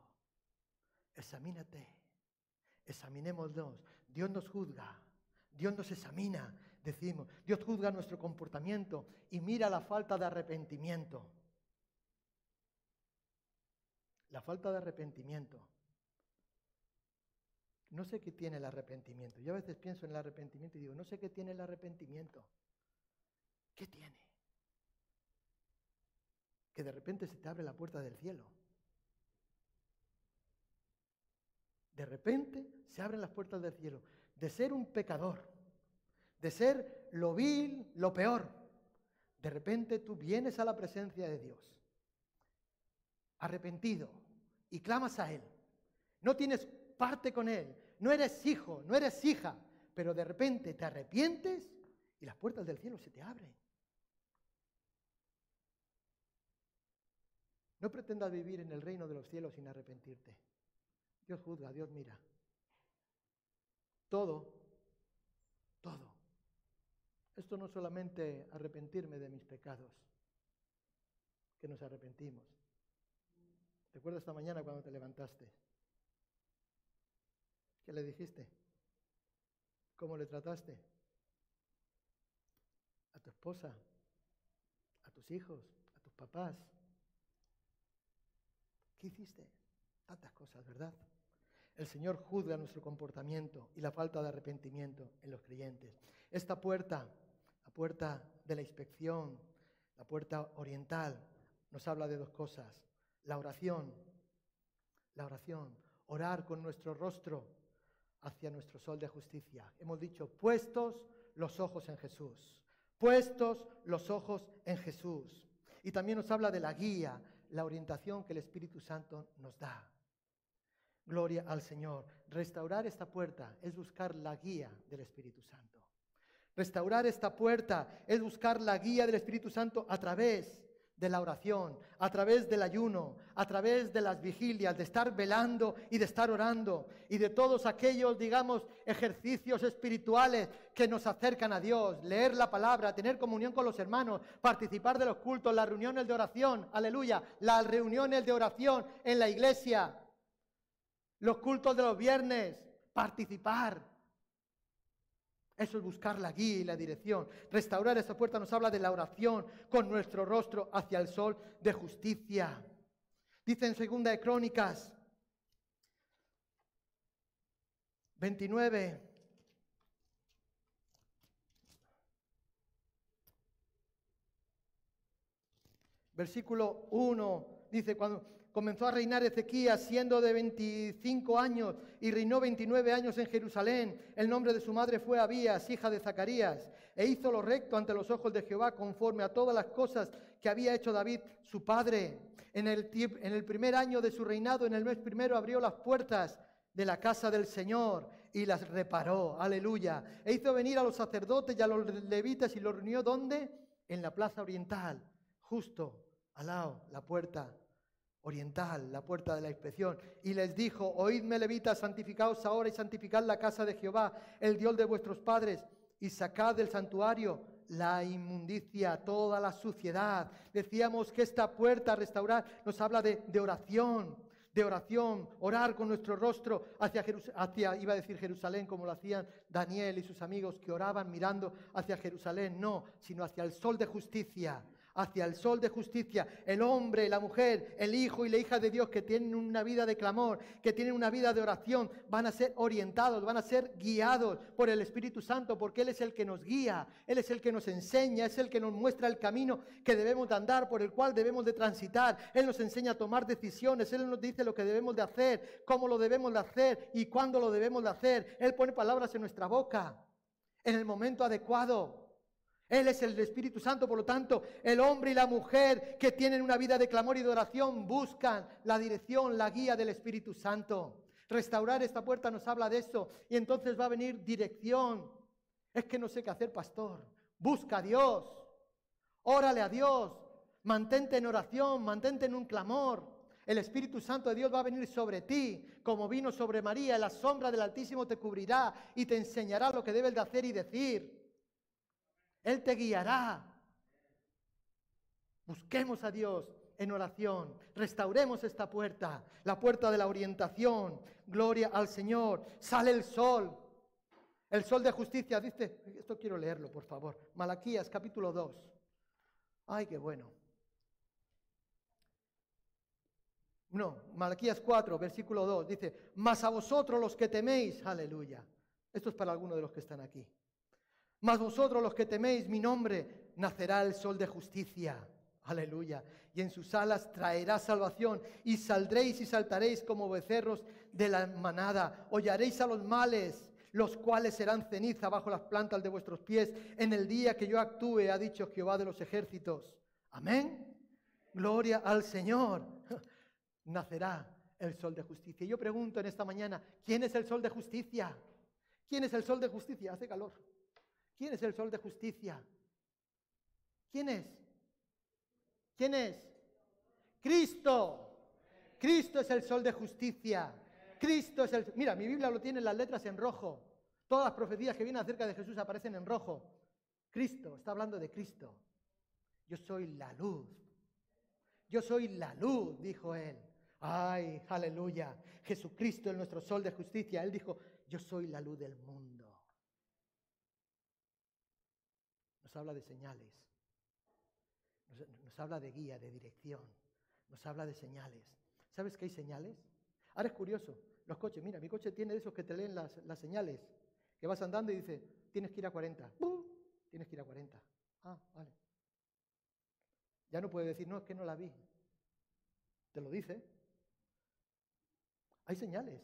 Examínate, examinémonos. Dios nos juzga, Dios nos examina. decimos. Dios juzga nuestro comportamiento y mira la falta de arrepentimiento. La falta de arrepentimiento. No sé qué tiene el arrepentimiento. Yo a veces pienso en el arrepentimiento y digo, no sé qué tiene el arrepentimiento. ¿Qué tiene? Que de repente se te abre la puerta del cielo. De repente se abren las puertas del cielo. De ser un pecador, de ser lo vil, lo peor, de repente tú vienes a la presencia de Dios, arrepentido, y clamas a Él. No tienes parte con Él, no eres hijo, no eres hija, pero de repente te arrepientes y las puertas del cielo se te abren. No pretendas vivir en el reino de los cielos sin arrepentirte. Dios juzga, Dios mira. Todo, todo. Esto no solamente arrepentirme de mis pecados, que nos arrepentimos. ¿Recuerdas esta mañana cuando te levantaste? ¿Qué le dijiste? ¿Cómo le trataste? A tu esposa, a tus hijos, a tus papás. ¿Qué hiciste? Tantas cosas, ¿verdad? El Señor juzga nuestro comportamiento y la falta de arrepentimiento en los creyentes. Esta puerta, la puerta de la inspección, la puerta oriental, nos habla de dos cosas. La oración, la oración, orar con nuestro rostro hacia nuestro sol de justicia. Hemos dicho, puestos los ojos en Jesús, puestos los ojos en Jesús. Y también nos habla de la guía, la orientación que el Espíritu Santo nos da. Gloria al Señor. Restaurar esta puerta es buscar la guía del Espíritu Santo. Restaurar esta puerta es buscar la guía del Espíritu Santo a través de la oración, a través del ayuno, a través de las vigilias, de estar velando y de estar orando y de todos aquellos, digamos, ejercicios espirituales que nos acercan a Dios, leer la palabra, tener comunión con los hermanos, participar de los cultos, las reuniones de oración, aleluya, las reuniones de oración en la iglesia, los cultos de los viernes, participar. Eso es buscar la guía y la dirección. Restaurar esa puerta nos habla de la oración con nuestro rostro hacia el sol de justicia. Dice en Segunda de Crónicas veintinueve, versículo uno, dice, cuando comenzó a reinar Ezequías siendo de veinticinco años y reinó veintinueve años en Jerusalén. El nombre de su madre fue Abías, hija de Zacarías, e hizo lo recto ante los ojos de Jehová conforme a todas las cosas que había hecho David, su padre. En el, en el primer año de su reinado, en el mes primero, abrió las puertas de la casa del Señor y las reparó. Aleluya. E hizo venir a los sacerdotes y a los levitas y los reunió, ¿dónde? En la plaza oriental, justo al lado, la puerta oriental, la puerta de la inspección, y les dijo, oídme levitas, santificaos ahora y santificad la casa de Jehová, el Dios de vuestros padres, y sacad del santuario la inmundicia, toda la suciedad. Decíamos que esta puerta a restaurar nos habla de, de oración, de oración, orar con nuestro rostro hacia, Jerus- hacia, iba a decir Jerusalén, como lo hacían Daniel y sus amigos que oraban mirando hacia Jerusalén, no, sino hacia el sol de justicia, hacia el sol de justicia. El hombre, la mujer, el hijo y la hija de Dios que tienen una vida de clamor, que tienen una vida de oración, van a ser orientados, van a ser guiados por el Espíritu Santo, porque Él es el que nos guía, Él es el que nos enseña, es el que nos muestra el camino que debemos de andar, por el cual debemos de transitar. Él nos enseña a tomar decisiones, Él nos dice lo que debemos de hacer, cómo lo debemos de hacer y cuándo lo debemos de hacer. Él pone palabras en nuestra boca en el momento adecuado. Él es el Espíritu Santo, por lo tanto, el hombre y la mujer que tienen una vida de clamor y de oración buscan la dirección, la guía del Espíritu Santo. Restaurar esta puerta nos habla de eso, y entonces va a venir dirección. Es que no sé qué hacer, pastor. Busca a Dios, órale a Dios, mantente en oración, mantente en un clamor. El Espíritu Santo de Dios va a venir sobre ti, como vino sobre María. La sombra del Altísimo te cubrirá y te enseñará lo que debes de hacer y decir. Él te guiará. Busquemos a Dios en oración. Restauremos esta puerta, la puerta de la orientación. Gloria al Señor. Sale el sol. El sol de justicia, dice, esto quiero leerlo, por favor. Malaquías, capítulo dos. Ay, qué bueno. No, Malaquías cuatro, versículo dos, dice, mas a vosotros los que teméis, aleluya. Esto es para algunos de los que están aquí. Mas vosotros los que teméis mi nombre, nacerá el sol de justicia, aleluya. Y en sus alas traerá salvación, y saldréis y saltaréis como becerros de la manada. Hollaréis a los males, los cuales serán ceniza bajo las plantas de vuestros pies, en el día que yo actúe, ha dicho Jehová de los ejércitos. Amén. Gloria al Señor. Nacerá el sol de justicia. Y yo pregunto en esta mañana, ¿quién es el sol de justicia? ¿Quién es el sol de justicia? Hace calor. ¿Quién es el sol de justicia? ¿Quién es? ¿Quién es? Cristo. Cristo es el sol de justicia. Cristo es el... Mira, mi Biblia lo tiene en las letras en rojo. Todas las profecías que vienen acerca de Jesús aparecen en rojo. Cristo, está hablando de Cristo. Yo soy la luz. Yo soy la luz, dijo él. Ay, aleluya. Jesucristo es nuestro sol de justicia. Él dijo, yo soy la luz del mundo. Nos habla de señales. Nos, nos habla de guía, de dirección. Nos habla de señales. ¿Sabes que hay señales? Ahora es curioso. Los coches, mira, mi coche tiene esos que te leen las, las señales. Que vas andando y dice, tienes que ir a cuarenta. ¡Bum! Tienes que ir a cuarenta. Ah, vale. Ya no puede decir, no, es que no la vi. Te lo dice. Hay señales.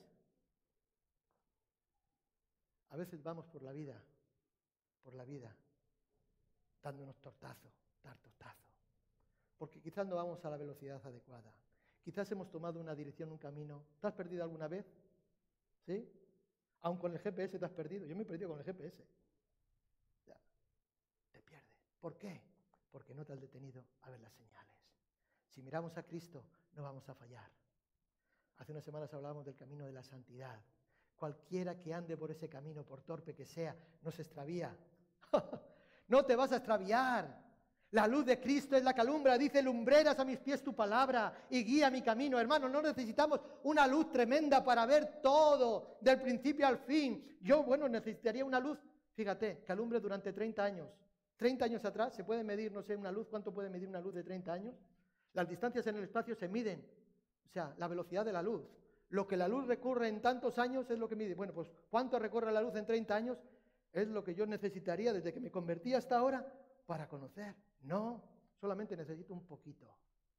A veces vamos por la vida, por la vida, dándonos tortazo, dar tortazo. Porque quizás no vamos a la velocidad adecuada. Quizás hemos tomado una dirección, un camino. ¿Te has perdido alguna vez? ¿Sí? Aún con el G P S te has perdido. Yo me he perdido con el G P S. Ya. Te pierdes. ¿Por qué? Porque no te has detenido a ver las señales. Si miramos a Cristo, no vamos a fallar. Hace unas semanas hablábamos del camino de la santidad. Cualquiera que ande por ese camino, por torpe que sea, no se extravía. No te vas a extraviar. La luz de Cristo es la que alumbra, dice, lumbreras a mis pies tu palabra y guía mi camino. Hermanos, no necesitamos una luz tremenda para ver todo, del principio al fin. Yo, bueno, necesitaría una luz, fíjate, que alumbre durante treinta años. treinta años atrás, ¿se puede medir, no sé, una luz? ¿Cuánto puede medir una luz de treinta años? Las distancias en el espacio se miden, o sea, la velocidad de la luz. Lo que la luz recorre en tantos años es lo que mide. Bueno, pues, ¿cuánto recorre la luz en treinta años? Es lo que yo necesitaría desde que me convertí hasta ahora para conocer. No, solamente necesito un poquito.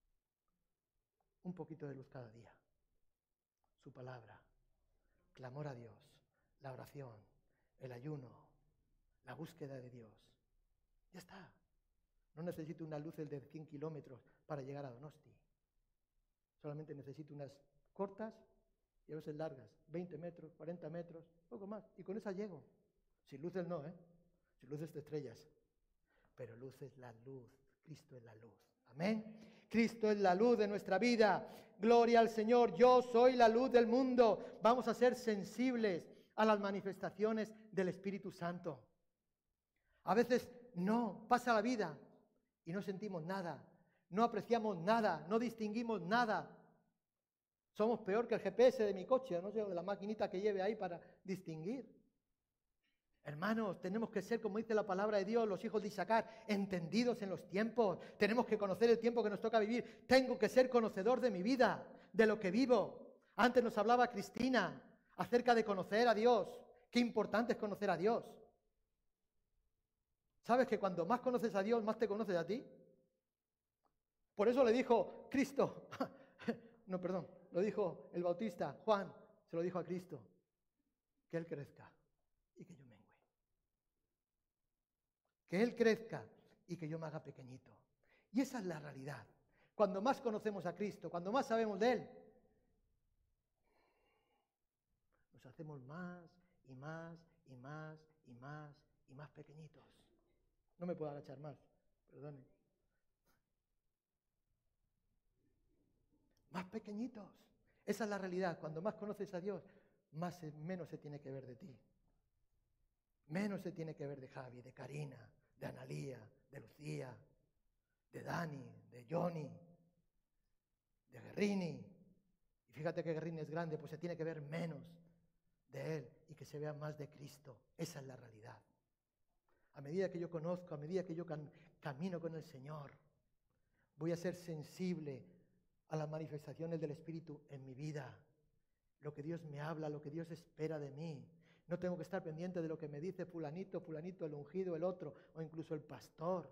Un poquito de luz cada día. Su palabra, clamor a Dios, la oración, el ayuno, la búsqueda de Dios. Ya está. No necesito una luz de cien kilómetros para llegar a Donosti. Solamente necesito unas cortas y a veces largas, veinte metros, cuarenta metros, poco más. Y con esa llego. Sin luces no, ¿eh? Sin luces de estrellas. Pero luz es la luz. Cristo es la luz. Amén. Cristo es la luz de nuestra vida. Gloria al Señor. Yo soy la luz del mundo. Vamos a ser sensibles a las manifestaciones del Espíritu Santo. A veces no, pasa la vida y no sentimos nada. No apreciamos nada. No distinguimos nada. Somos peor que el G P S de mi coche, no sé, de la maquinita que lleve ahí para distinguir. Hermanos, tenemos que ser, como dice la palabra de Dios, los hijos de Isaacar, entendidos en los tiempos. Tenemos que conocer el tiempo que nos toca vivir. Tengo que ser conocedor de mi vida, de lo que vivo. Antes nos hablaba Cristina acerca de conocer a Dios. Qué importante es conocer a Dios. ¿Sabes que cuando más conoces a Dios, más te conoces a ti? Por eso le dijo Cristo, no, perdón, lo dijo el Bautista, Juan, se lo dijo a Cristo, que Él crezca y que yo mengue. Que Él crezca y que yo me haga pequeñito. Y esa es la realidad. Cuando más conocemos a Cristo, cuando más sabemos de Él, nos hacemos más y más y más y más y más pequeñitos. No me puedo agachar más, perdone. Más pequeñitos. Esa es la realidad. Cuando más conoces a Dios, más menos se tiene que ver de ti. Menos se tiene que ver de Javi, de Karina, de Analía, de Lucía, de Dani, de Johnny, de Guerrini. Y fíjate que Guerrini es grande, pues se tiene que ver menos de Él y que se vea más de Cristo. Esa es la realidad. A medida que yo conozco, a medida que yo cam- camino con el Señor, voy a ser sensible a las manifestaciones del Espíritu en mi vida. Lo que Dios me habla, lo que Dios espera de mí. No tengo que estar pendiente de lo que me dice fulanito, fulanito, el ungido, el otro, o incluso el pastor.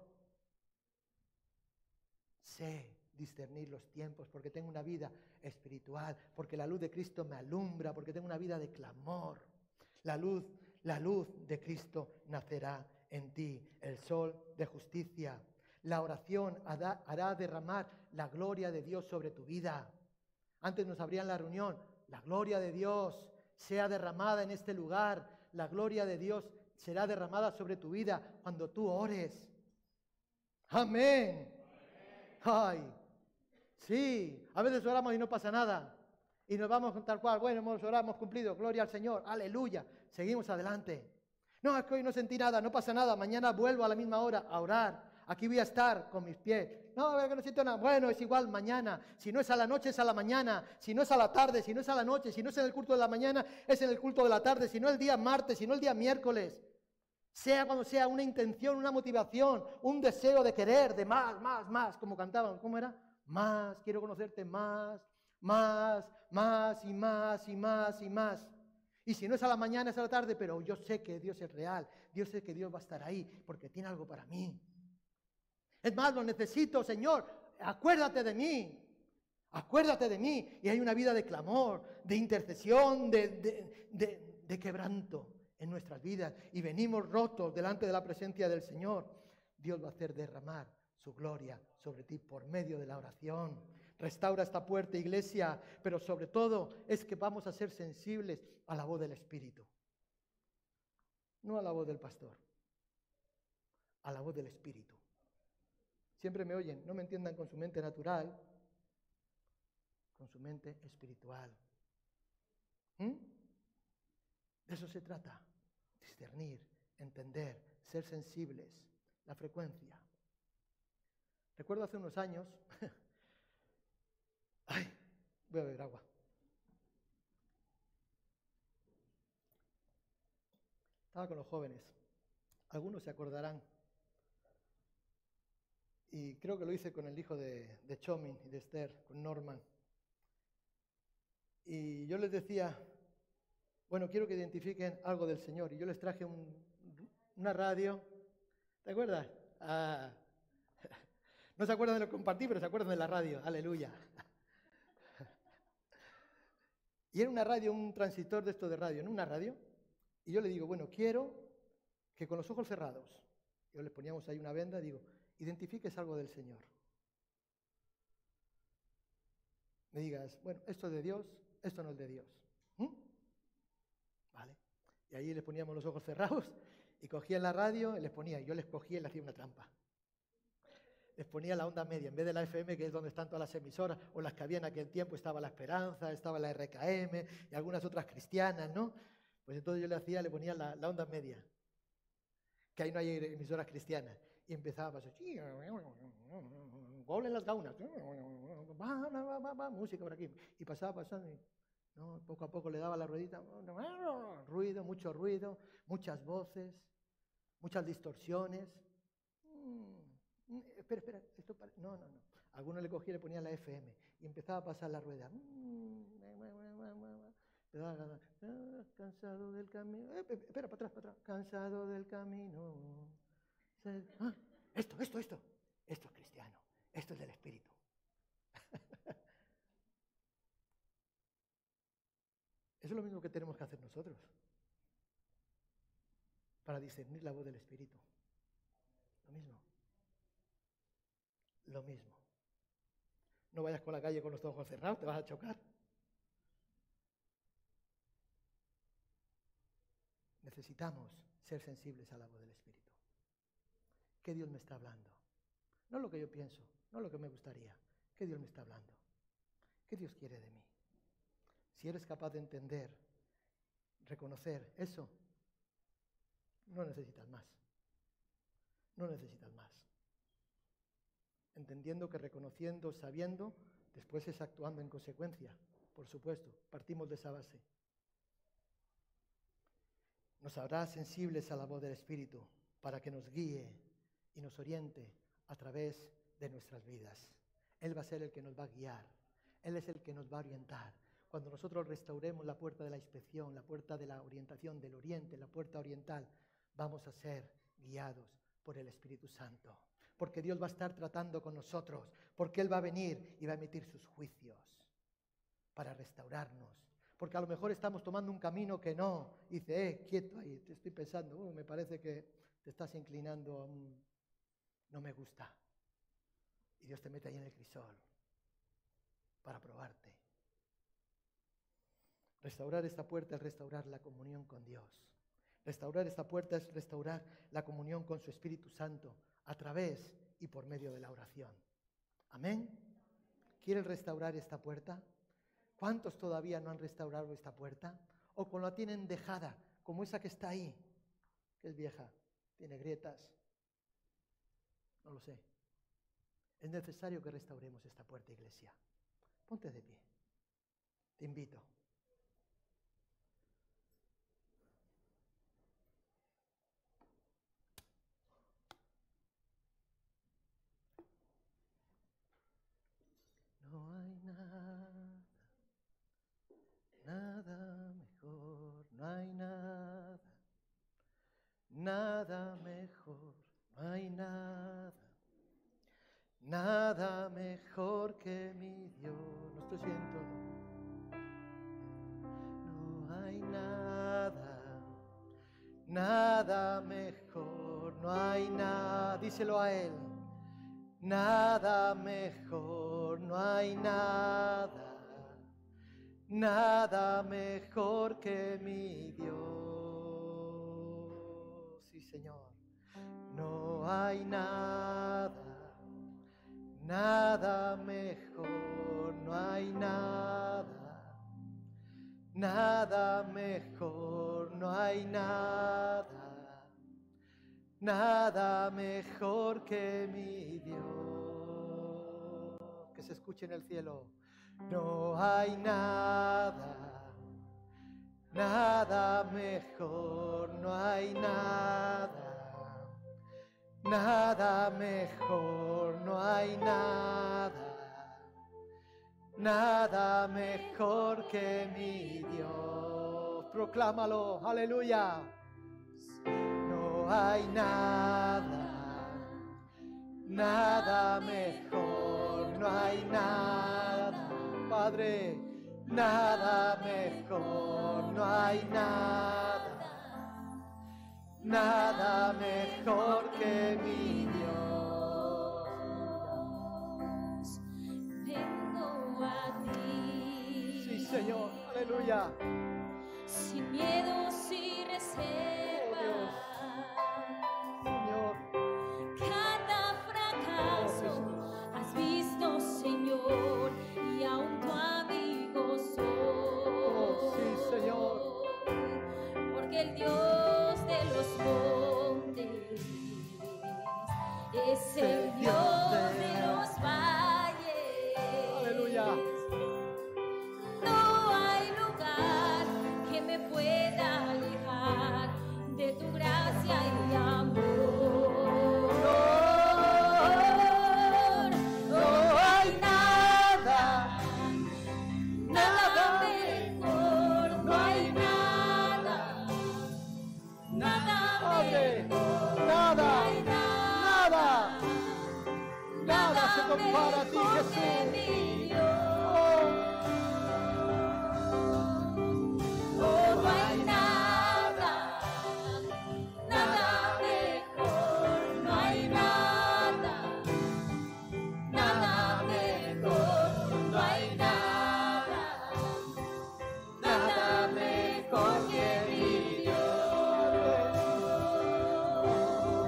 Sé discernir los tiempos porque tengo una vida espiritual, porque la luz de Cristo me alumbra, porque tengo una vida de clamor. La luz, la luz de Cristo nacerá en ti, el sol de justicia. La oración hará, hará derramar la gloria de Dios sobre tu vida. Antes nos abrían la reunión, la gloria de Dios sea derramada en este lugar. La gloria de Dios será derramada sobre tu vida cuando tú ores. Amén. Ay, sí, a veces oramos y no pasa nada. Y nos vamos tal cual, bueno, hemos orado, hemos cumplido, gloria al Señor, aleluya. Seguimos adelante. No, es que hoy no sentí nada, no pasa nada, mañana vuelvo a la misma hora a orar. Aquí voy a estar con mis pies. No, es que no siento nada. Bueno, es igual mañana. Si no es a la noche, es a la mañana. Si no es a la tarde, si no es a la noche, si no es en el culto de la mañana, es en el culto de la tarde. Si no el día martes, si no el día miércoles. Sea cuando sea una intención, una motivación, un deseo de querer, de más, más, más, como cantaban. ¿Cómo era? Más, quiero conocerte más, más, más y más y más y más. Y si no es a la mañana, es a la tarde, pero yo sé que Dios es real. Dios sé que Dios va a estar ahí porque tiene algo para mí. Es más, lo necesito, Señor. Acuérdate de mí. Acuérdate de mí. Y hay una vida de clamor, de intercesión, de, de, de, de quebranto en nuestras vidas. Y venimos rotos delante de la presencia del Señor. Dios va a hacer derramar su gloria sobre ti por medio de la oración. Restaura esta puerta, iglesia, pero sobre todo es que vamos a ser sensibles a la voz del Espíritu. No a la voz del pastor, a la voz del Espíritu. Siempre me oyen, no me entiendan con su mente natural, con su mente espiritual. ¿Mm? De eso se trata, discernir, entender, ser sensibles, la frecuencia. Recuerdo hace unos años, ay, voy a beber agua. Estaba con los jóvenes, algunos se acordarán, y creo que lo hice con el hijo de, de Chomin y de Esther, con Norman. Y yo les decía, bueno, quiero que identifiquen algo del Señor. Y yo les traje un, una radio. ¿Te acuerdas? Ah, no se acuerdan de lo que compartí, pero se acuerdan de la radio. Aleluya. Y era una radio, un transistor de esto de radio, ¿no? Una radio. Y yo le digo, bueno, quiero que con los ojos cerrados, yo les poníamos ahí una venda, digo, identifiques algo del Señor. Me digas, bueno, esto es de Dios, esto no es de Dios. ¿Mm? ¿Vale? Y ahí les poníamos los ojos cerrados y cogían la radio y les ponía, yo les cogía y les hacía una trampa. Les ponía la onda media, en vez de la F M, que es donde están todas las emisoras, o las que había en aquel tiempo, estaba La Esperanza, estaba la R K M y algunas otras cristianas, ¿no? Pues entonces yo le hacía, le ponía la, la onda media, que ahí no hay emisoras cristianas. Y empezaba a pasar, gol en las gaunas, música por aquí. Y pasaba pasando, y, ¿no? Poco a poco le daba la ruedita, ruido, mucho ruido, muchas voces, muchas distorsiones. Mm, espera, espera, esto pare... no, no, no. Algunos le cogía y le ponía la F M y empezaba a pasar la rueda. Cansado del camino. Eh, espera, para atrás, para atrás. Cansado del camino. Ah, esto, esto, esto. Esto es cristiano. Esto es del Espíritu. Eso es lo mismo que tenemos que hacer nosotros para discernir la voz del Espíritu. Lo mismo. Lo mismo. No vayas por la calle con los ojos cerrados, te vas a chocar. Necesitamos ser sensibles a la voz del Espíritu. ¿Qué Dios me está hablando? No lo que yo pienso, no lo que me gustaría. ¿Qué Dios me está hablando? ¿Qué Dios quiere de mí? Si eres capaz de entender, reconocer eso, no necesitas más. No necesitas más. Entendiendo que reconociendo, sabiendo, después es actuando en consecuencia. Por supuesto, partimos de esa base. Nos hará sensibles a la voz del Espíritu para que nos guíe y nos oriente a través de nuestras vidas. Él va a ser el que nos va a guiar. Él es el que nos va a orientar. Cuando nosotros restauremos la puerta de la inspección, la puerta de la orientación del oriente, la puerta oriental, vamos a ser guiados por el Espíritu Santo. Porque Dios va a estar tratando con nosotros, porque Él va a venir y va a emitir sus juicios para restaurarnos. Porque a lo mejor estamos tomando un camino que no. Y dice, eh, quieto ahí, te estoy pensando, uh, me parece que te estás inclinando a un... no me gusta. Y Dios te mete ahí en el crisol para probarte. Restaurar esta puerta es restaurar la comunión con Dios. Restaurar esta puerta es restaurar la comunión con su Espíritu Santo a través y por medio de la oración. Amén. ¿Quieren restaurar esta puerta? ¿Cuántos todavía no han restaurado esta puerta? ¿O con la tienen dejada, como esa que está ahí, que es vieja, tiene grietas? No lo sé. Es necesario que restauremos esta puerta, iglesia. Ponte de pie. Te invito. No hay nada, nada mejor, no hay nada, nada mejor, no hay nada, nada mejor que mi Dios. No estoy siento. No hay nada, nada mejor, no hay nada, díselo a Él. Nada mejor, no hay nada, nada mejor que mi Dios. Sí, Señor. No hay nada, nada mejor, no hay nada, nada mejor, no hay nada. Nada mejor que mi Dios. Que se escuche en el cielo. No hay nada, nada mejor, no hay nada, nada mejor, no hay nada, nada mejor que mi Dios. Proclámalo, aleluya. No hay nada, nada mejor, no hay nada, Padre, nada mejor, no hay nada, nada mejor que mi Dios. Vengo a ti. Sí, Señor, aleluya. Sin miedo, sin reserva. Señor, cada fracaso has visto, Señor, y aún tu amigo soy. oh, sí, Señor, Porque el Dios de los montes es el Dios de los valles. aleluya. No hay lugar que me pueda alejar de tu gracia y amor. No hay nada, Nada mejor, no hay nada, nada Padre, mejor, nada, no hay nada, nada se compara a ti, mejor que Jesús. mi Dios. Oh, Oh, no hay nada, nada mejor, no hay nada, nada mejor, no hay nada, nada mejor que mi Dios.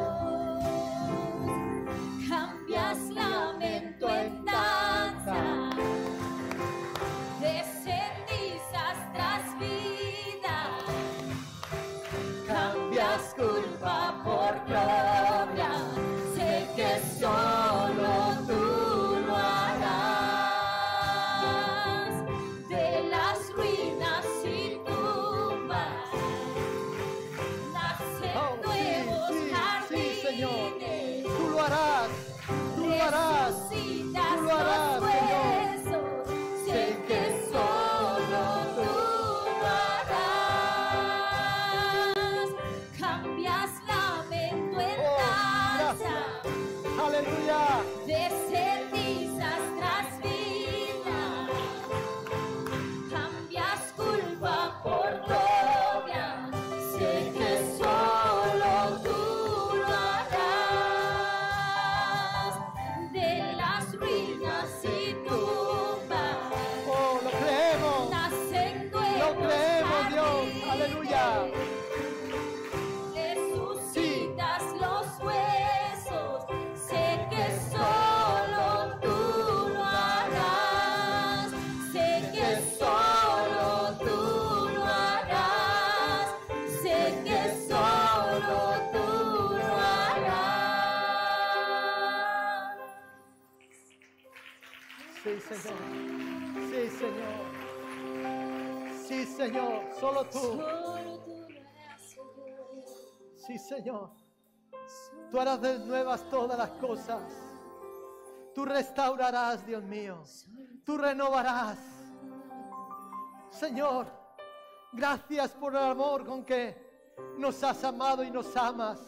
Cambias lamento en danza. Señor. Sí, Señor. Sí, Señor. Solo tú. Solo tú lo harás, Señor. Sí, Señor. Tú harás de nuevas todas las cosas. Tú restaurarás, Dios mío. Tú renovarás. Señor, gracias por el amor con que nos has amado y nos amas.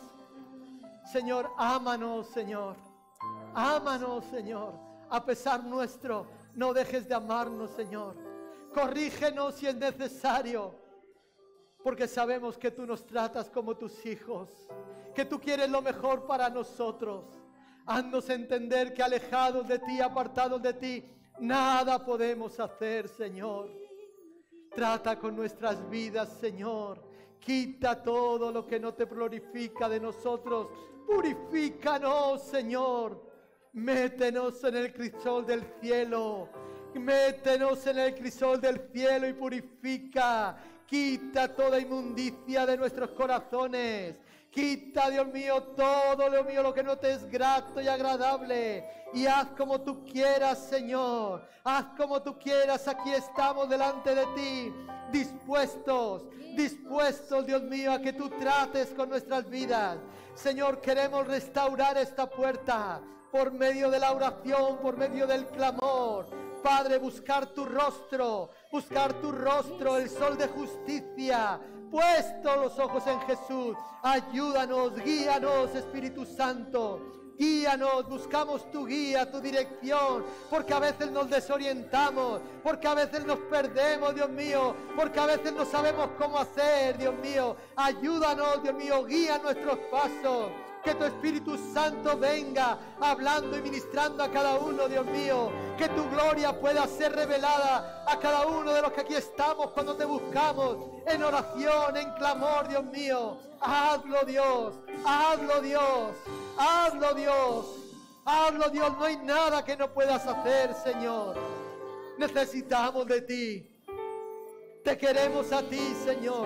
Señor, ámanos, Señor. Ámanos, Señor. A pesar nuestro, no dejes de amarnos, Señor. Corrígenos si es necesario, porque sabemos que tú nos tratas como tus hijos, que tú quieres lo mejor para nosotros. Haznos entender que alejados de ti, apartados de ti, nada podemos hacer, Señor. Trata con nuestras vidas, Señor. Quita todo lo que no te glorifica de nosotros. Purifícanos, Señor. Métenos en el crisol del cielo. Métenos en el crisol del cielo y purifica. Quita toda inmundicia de nuestros corazones. Quita, Dios mío, todo, Dios mío, lo que no te es grato y agradable. Y haz como tú quieras, Señor. Haz como tú quieras. Aquí estamos delante de ti. Dispuestos, dispuestos, Dios mío, a que tú trates con nuestras vidas. Señor, queremos restaurar esta puerta por medio de la oración, por medio del clamor. Padre, buscar tu rostro, buscar tu rostro, el sol de justicia. Puesto los ojos en Jesús. Ayúdanos, guíanos, Espíritu Santo. Guíanos, buscamos tu guía, tu dirección, porque a veces nos desorientamos, porque a veces nos perdemos, Dios mío, porque a veces no sabemos cómo hacer, Dios mío. Ayúdanos, Dios mío, guía nuestros pasos. Que tu Espíritu Santo venga hablando y ministrando a cada uno, Dios mío. Que tu gloria pueda ser revelada a cada uno de los que aquí estamos cuando te buscamos en oración, en clamor, Dios mío. Hazlo, Dios. Hazlo, Dios. Hazlo, Dios. Hazlo, Dios. No hay nada que no puedas hacer, Señor. Necesitamos de ti. Te queremos a ti, Señor.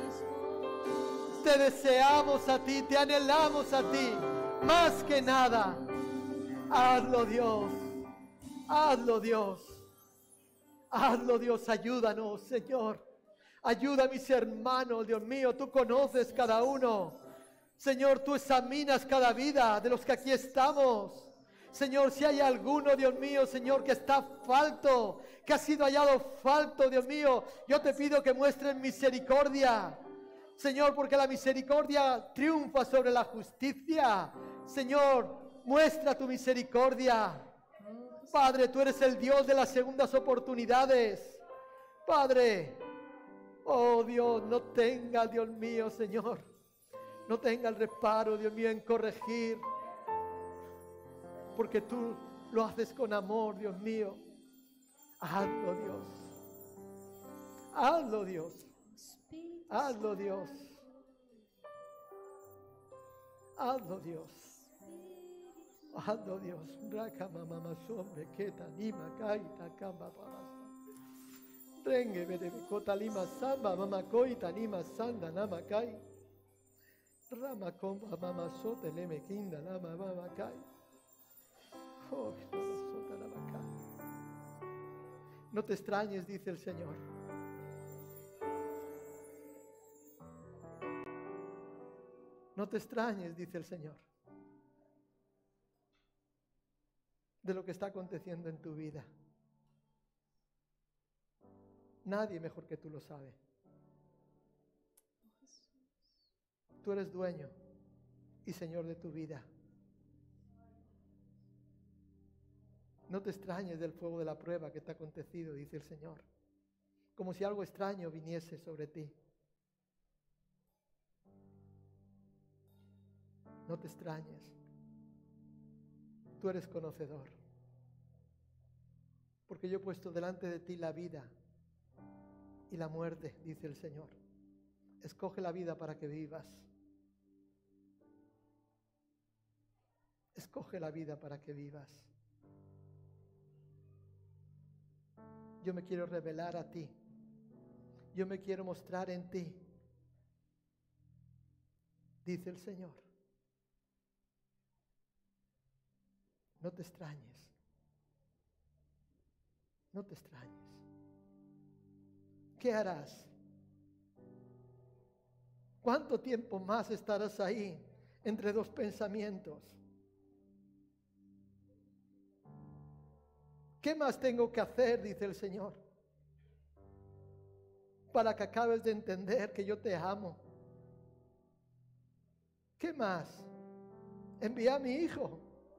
Te deseamos a ti, te anhelamos a ti, más que nada. Hazlo, Dios. Hazlo, Dios. Hazlo, Dios. Ayúdanos, Señor. Ayuda a mis hermanos, Dios mío. Tú conoces cada uno. Señor, tú examinas cada vida de los que aquí estamos. Señor, si hay alguno, Dios mío, Señor, que está falto, que ha sido hallado falto, Dios mío, yo te pido que muestres misericordia. Señor, porque la misericordia triunfa sobre la justicia. Señor, muestra tu misericordia. Padre, tú eres el Dios de las segundas oportunidades. Padre, oh Dios, no tenga, Dios mío, Señor, no tenga el reparo, Dios mío, en corregir. Porque tú lo haces con amor, Dios mío. Hazlo, Dios. Hazlo, Dios. Hazlo, Dios. Hazlo, Dios. Hazlo, Dios. Raka mama sombre keta nima kaita kamba parasa. Renge bede kota lima samba mama koita nima sanda nama kai. Rama komba mama sote leme kinda nama mama kai. Oh, sota nama kai. No te extrañes, dice el Señor. No te extrañes, dice el Señor, de lo que está aconteciendo en tu vida. Nadie mejor que tú lo sabe. Tú eres dueño y Señor de tu vida. No te extrañes del fuego de la prueba que te ha acontecido, dice el Señor, como si algo extraño viniese sobre ti. No te extrañes. Tú eres conocedor. Porque yo he puesto delante de ti la vida y la muerte, dice el Señor. Escoge la vida para que vivas. Escoge la vida para que vivas. Yo me quiero revelar a ti. Yo me quiero mostrar en ti, dice el Señor. No te extrañes. No te extrañes. ¿Qué harás? ¿Cuánto tiempo más estarás ahí entre dos pensamientos? ¿Qué más tengo que hacer? Dice el Señor, para que acabes de entender que yo te amo. ¿Qué más? Envié a mi Hijo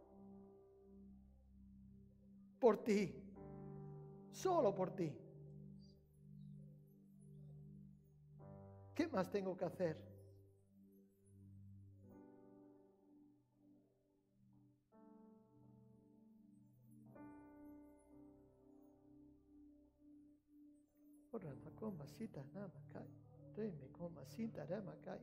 por ti, solo por ti. ¿Qué más tengo que hacer? Rama coma sita nama kai, reme coma sita rama kai,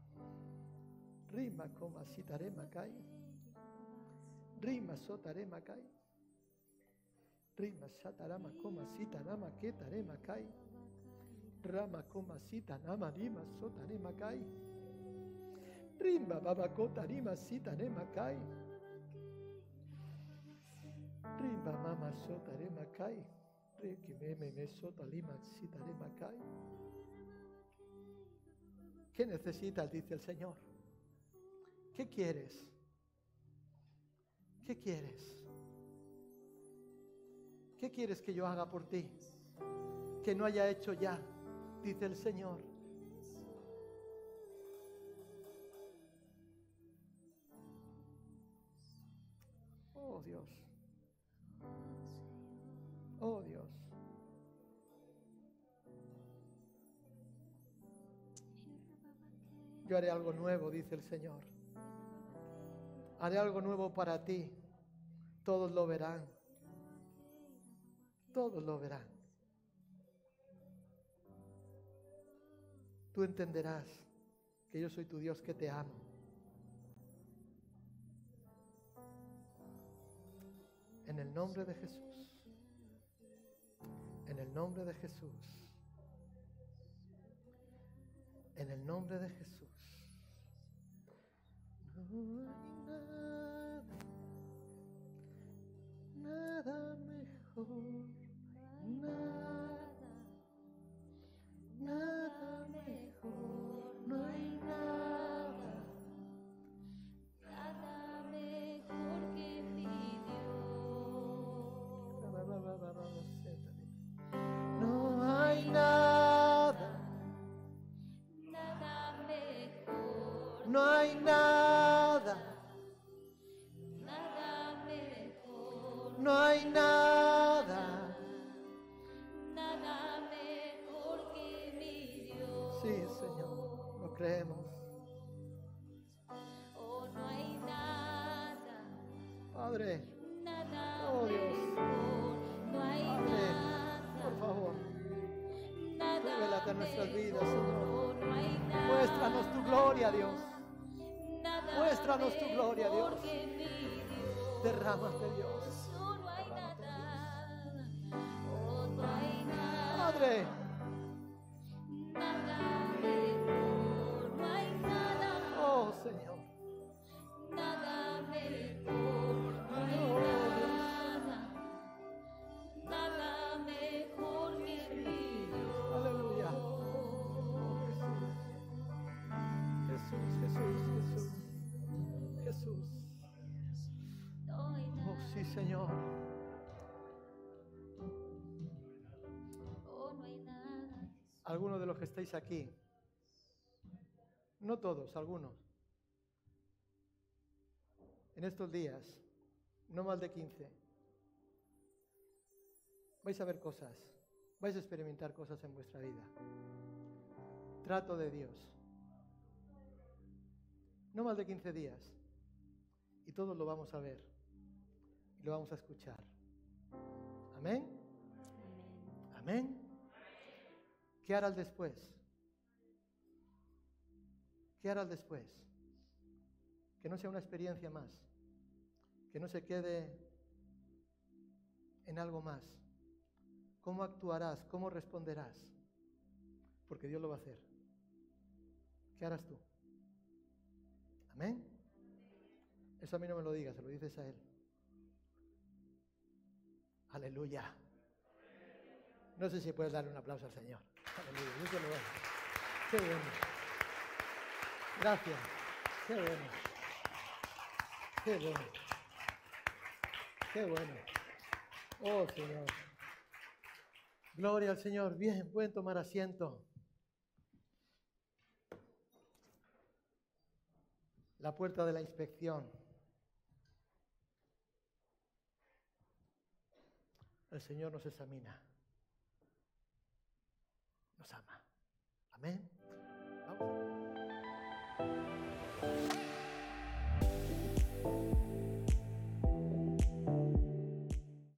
rima coma sita rema kai, rima sota rema kai, rima sata rama coma sita nama keta rema kai, rama coma sita nama rima sota rema kai, rima baba kota rima sita rema kai, rima mama sota rema kai. ¿Qué necesitas? Dice el Señor. ¿Qué quieres? ¿Qué quieres? ¿Qué quieres que yo haga por ti? Que no haya hecho ya, dice el Señor. Oh Dios. Oh Dios. Yo haré algo nuevo, dice el Señor. Haré algo nuevo para ti. Todos lo verán. Todos lo verán. Tú entenderás que yo soy tu Dios, que te amo. En el nombre de Jesús. En el nombre de Jesús. En el nombre de Jesús. No hay nada, nada mejor, nada, nada mejor, no hay nada, Nada mejor que mi Dios. no hay nada, Nada mejor. no hay nada, Nada mejor. no hay nada. Nada mejor que mi Dios. Sí, Señor, lo creemos. Oh, no hay nada. Padre, Nada oh Dios, mejor. No hay Padre, nada. por favor, Nada revélate en nuestras vidas, Señor. mejor. No hay nada. Muéstranos tu gloria, Dios. Nada Muéstranos tu gloria, mejor Dios. que mi Dios. Derrámate, Dios. Oh, no hay nada. Oh, no hay nada. Padre, Nada mejor. No hay nada. oh Señor. Nada mejor. No hay nada. Nada mejor que mi Dios. Aleluya. Oh, Jesús, Jesús, Jesús, Jesús. Jesús. No hay Oh, nada. sí, Señor. Oh, no hay nada. Algunos de los que estáis aquí, no todos, algunos, en estos días, no más de quince, vais a ver cosas, vais a experimentar cosas en vuestra vida. Trato de Dios. No más de quince días. Y todos lo vamos a ver. Y lo vamos a escuchar. Amén. Amén. ¿Qué harás después? ¿Qué harás después? Que no sea una experiencia más. Que no se quede en algo más. ¿Cómo actuarás? ¿Cómo responderás? Porque Dios lo va a hacer. ¿Qué harás tú? Amén. Eso a mí no me lo digas, se lo dices a Él. Aleluya. No sé si puedes darle un aplauso al Señor. Aleluya, yo te lo doy. Qué bueno. Gracias. Qué bueno. Qué bueno. Qué bueno. Oh, Señor. Gloria al Señor. Bien, pueden tomar asiento. La puerta de la inspección. El Señor nos examina. Nos ama. Amén.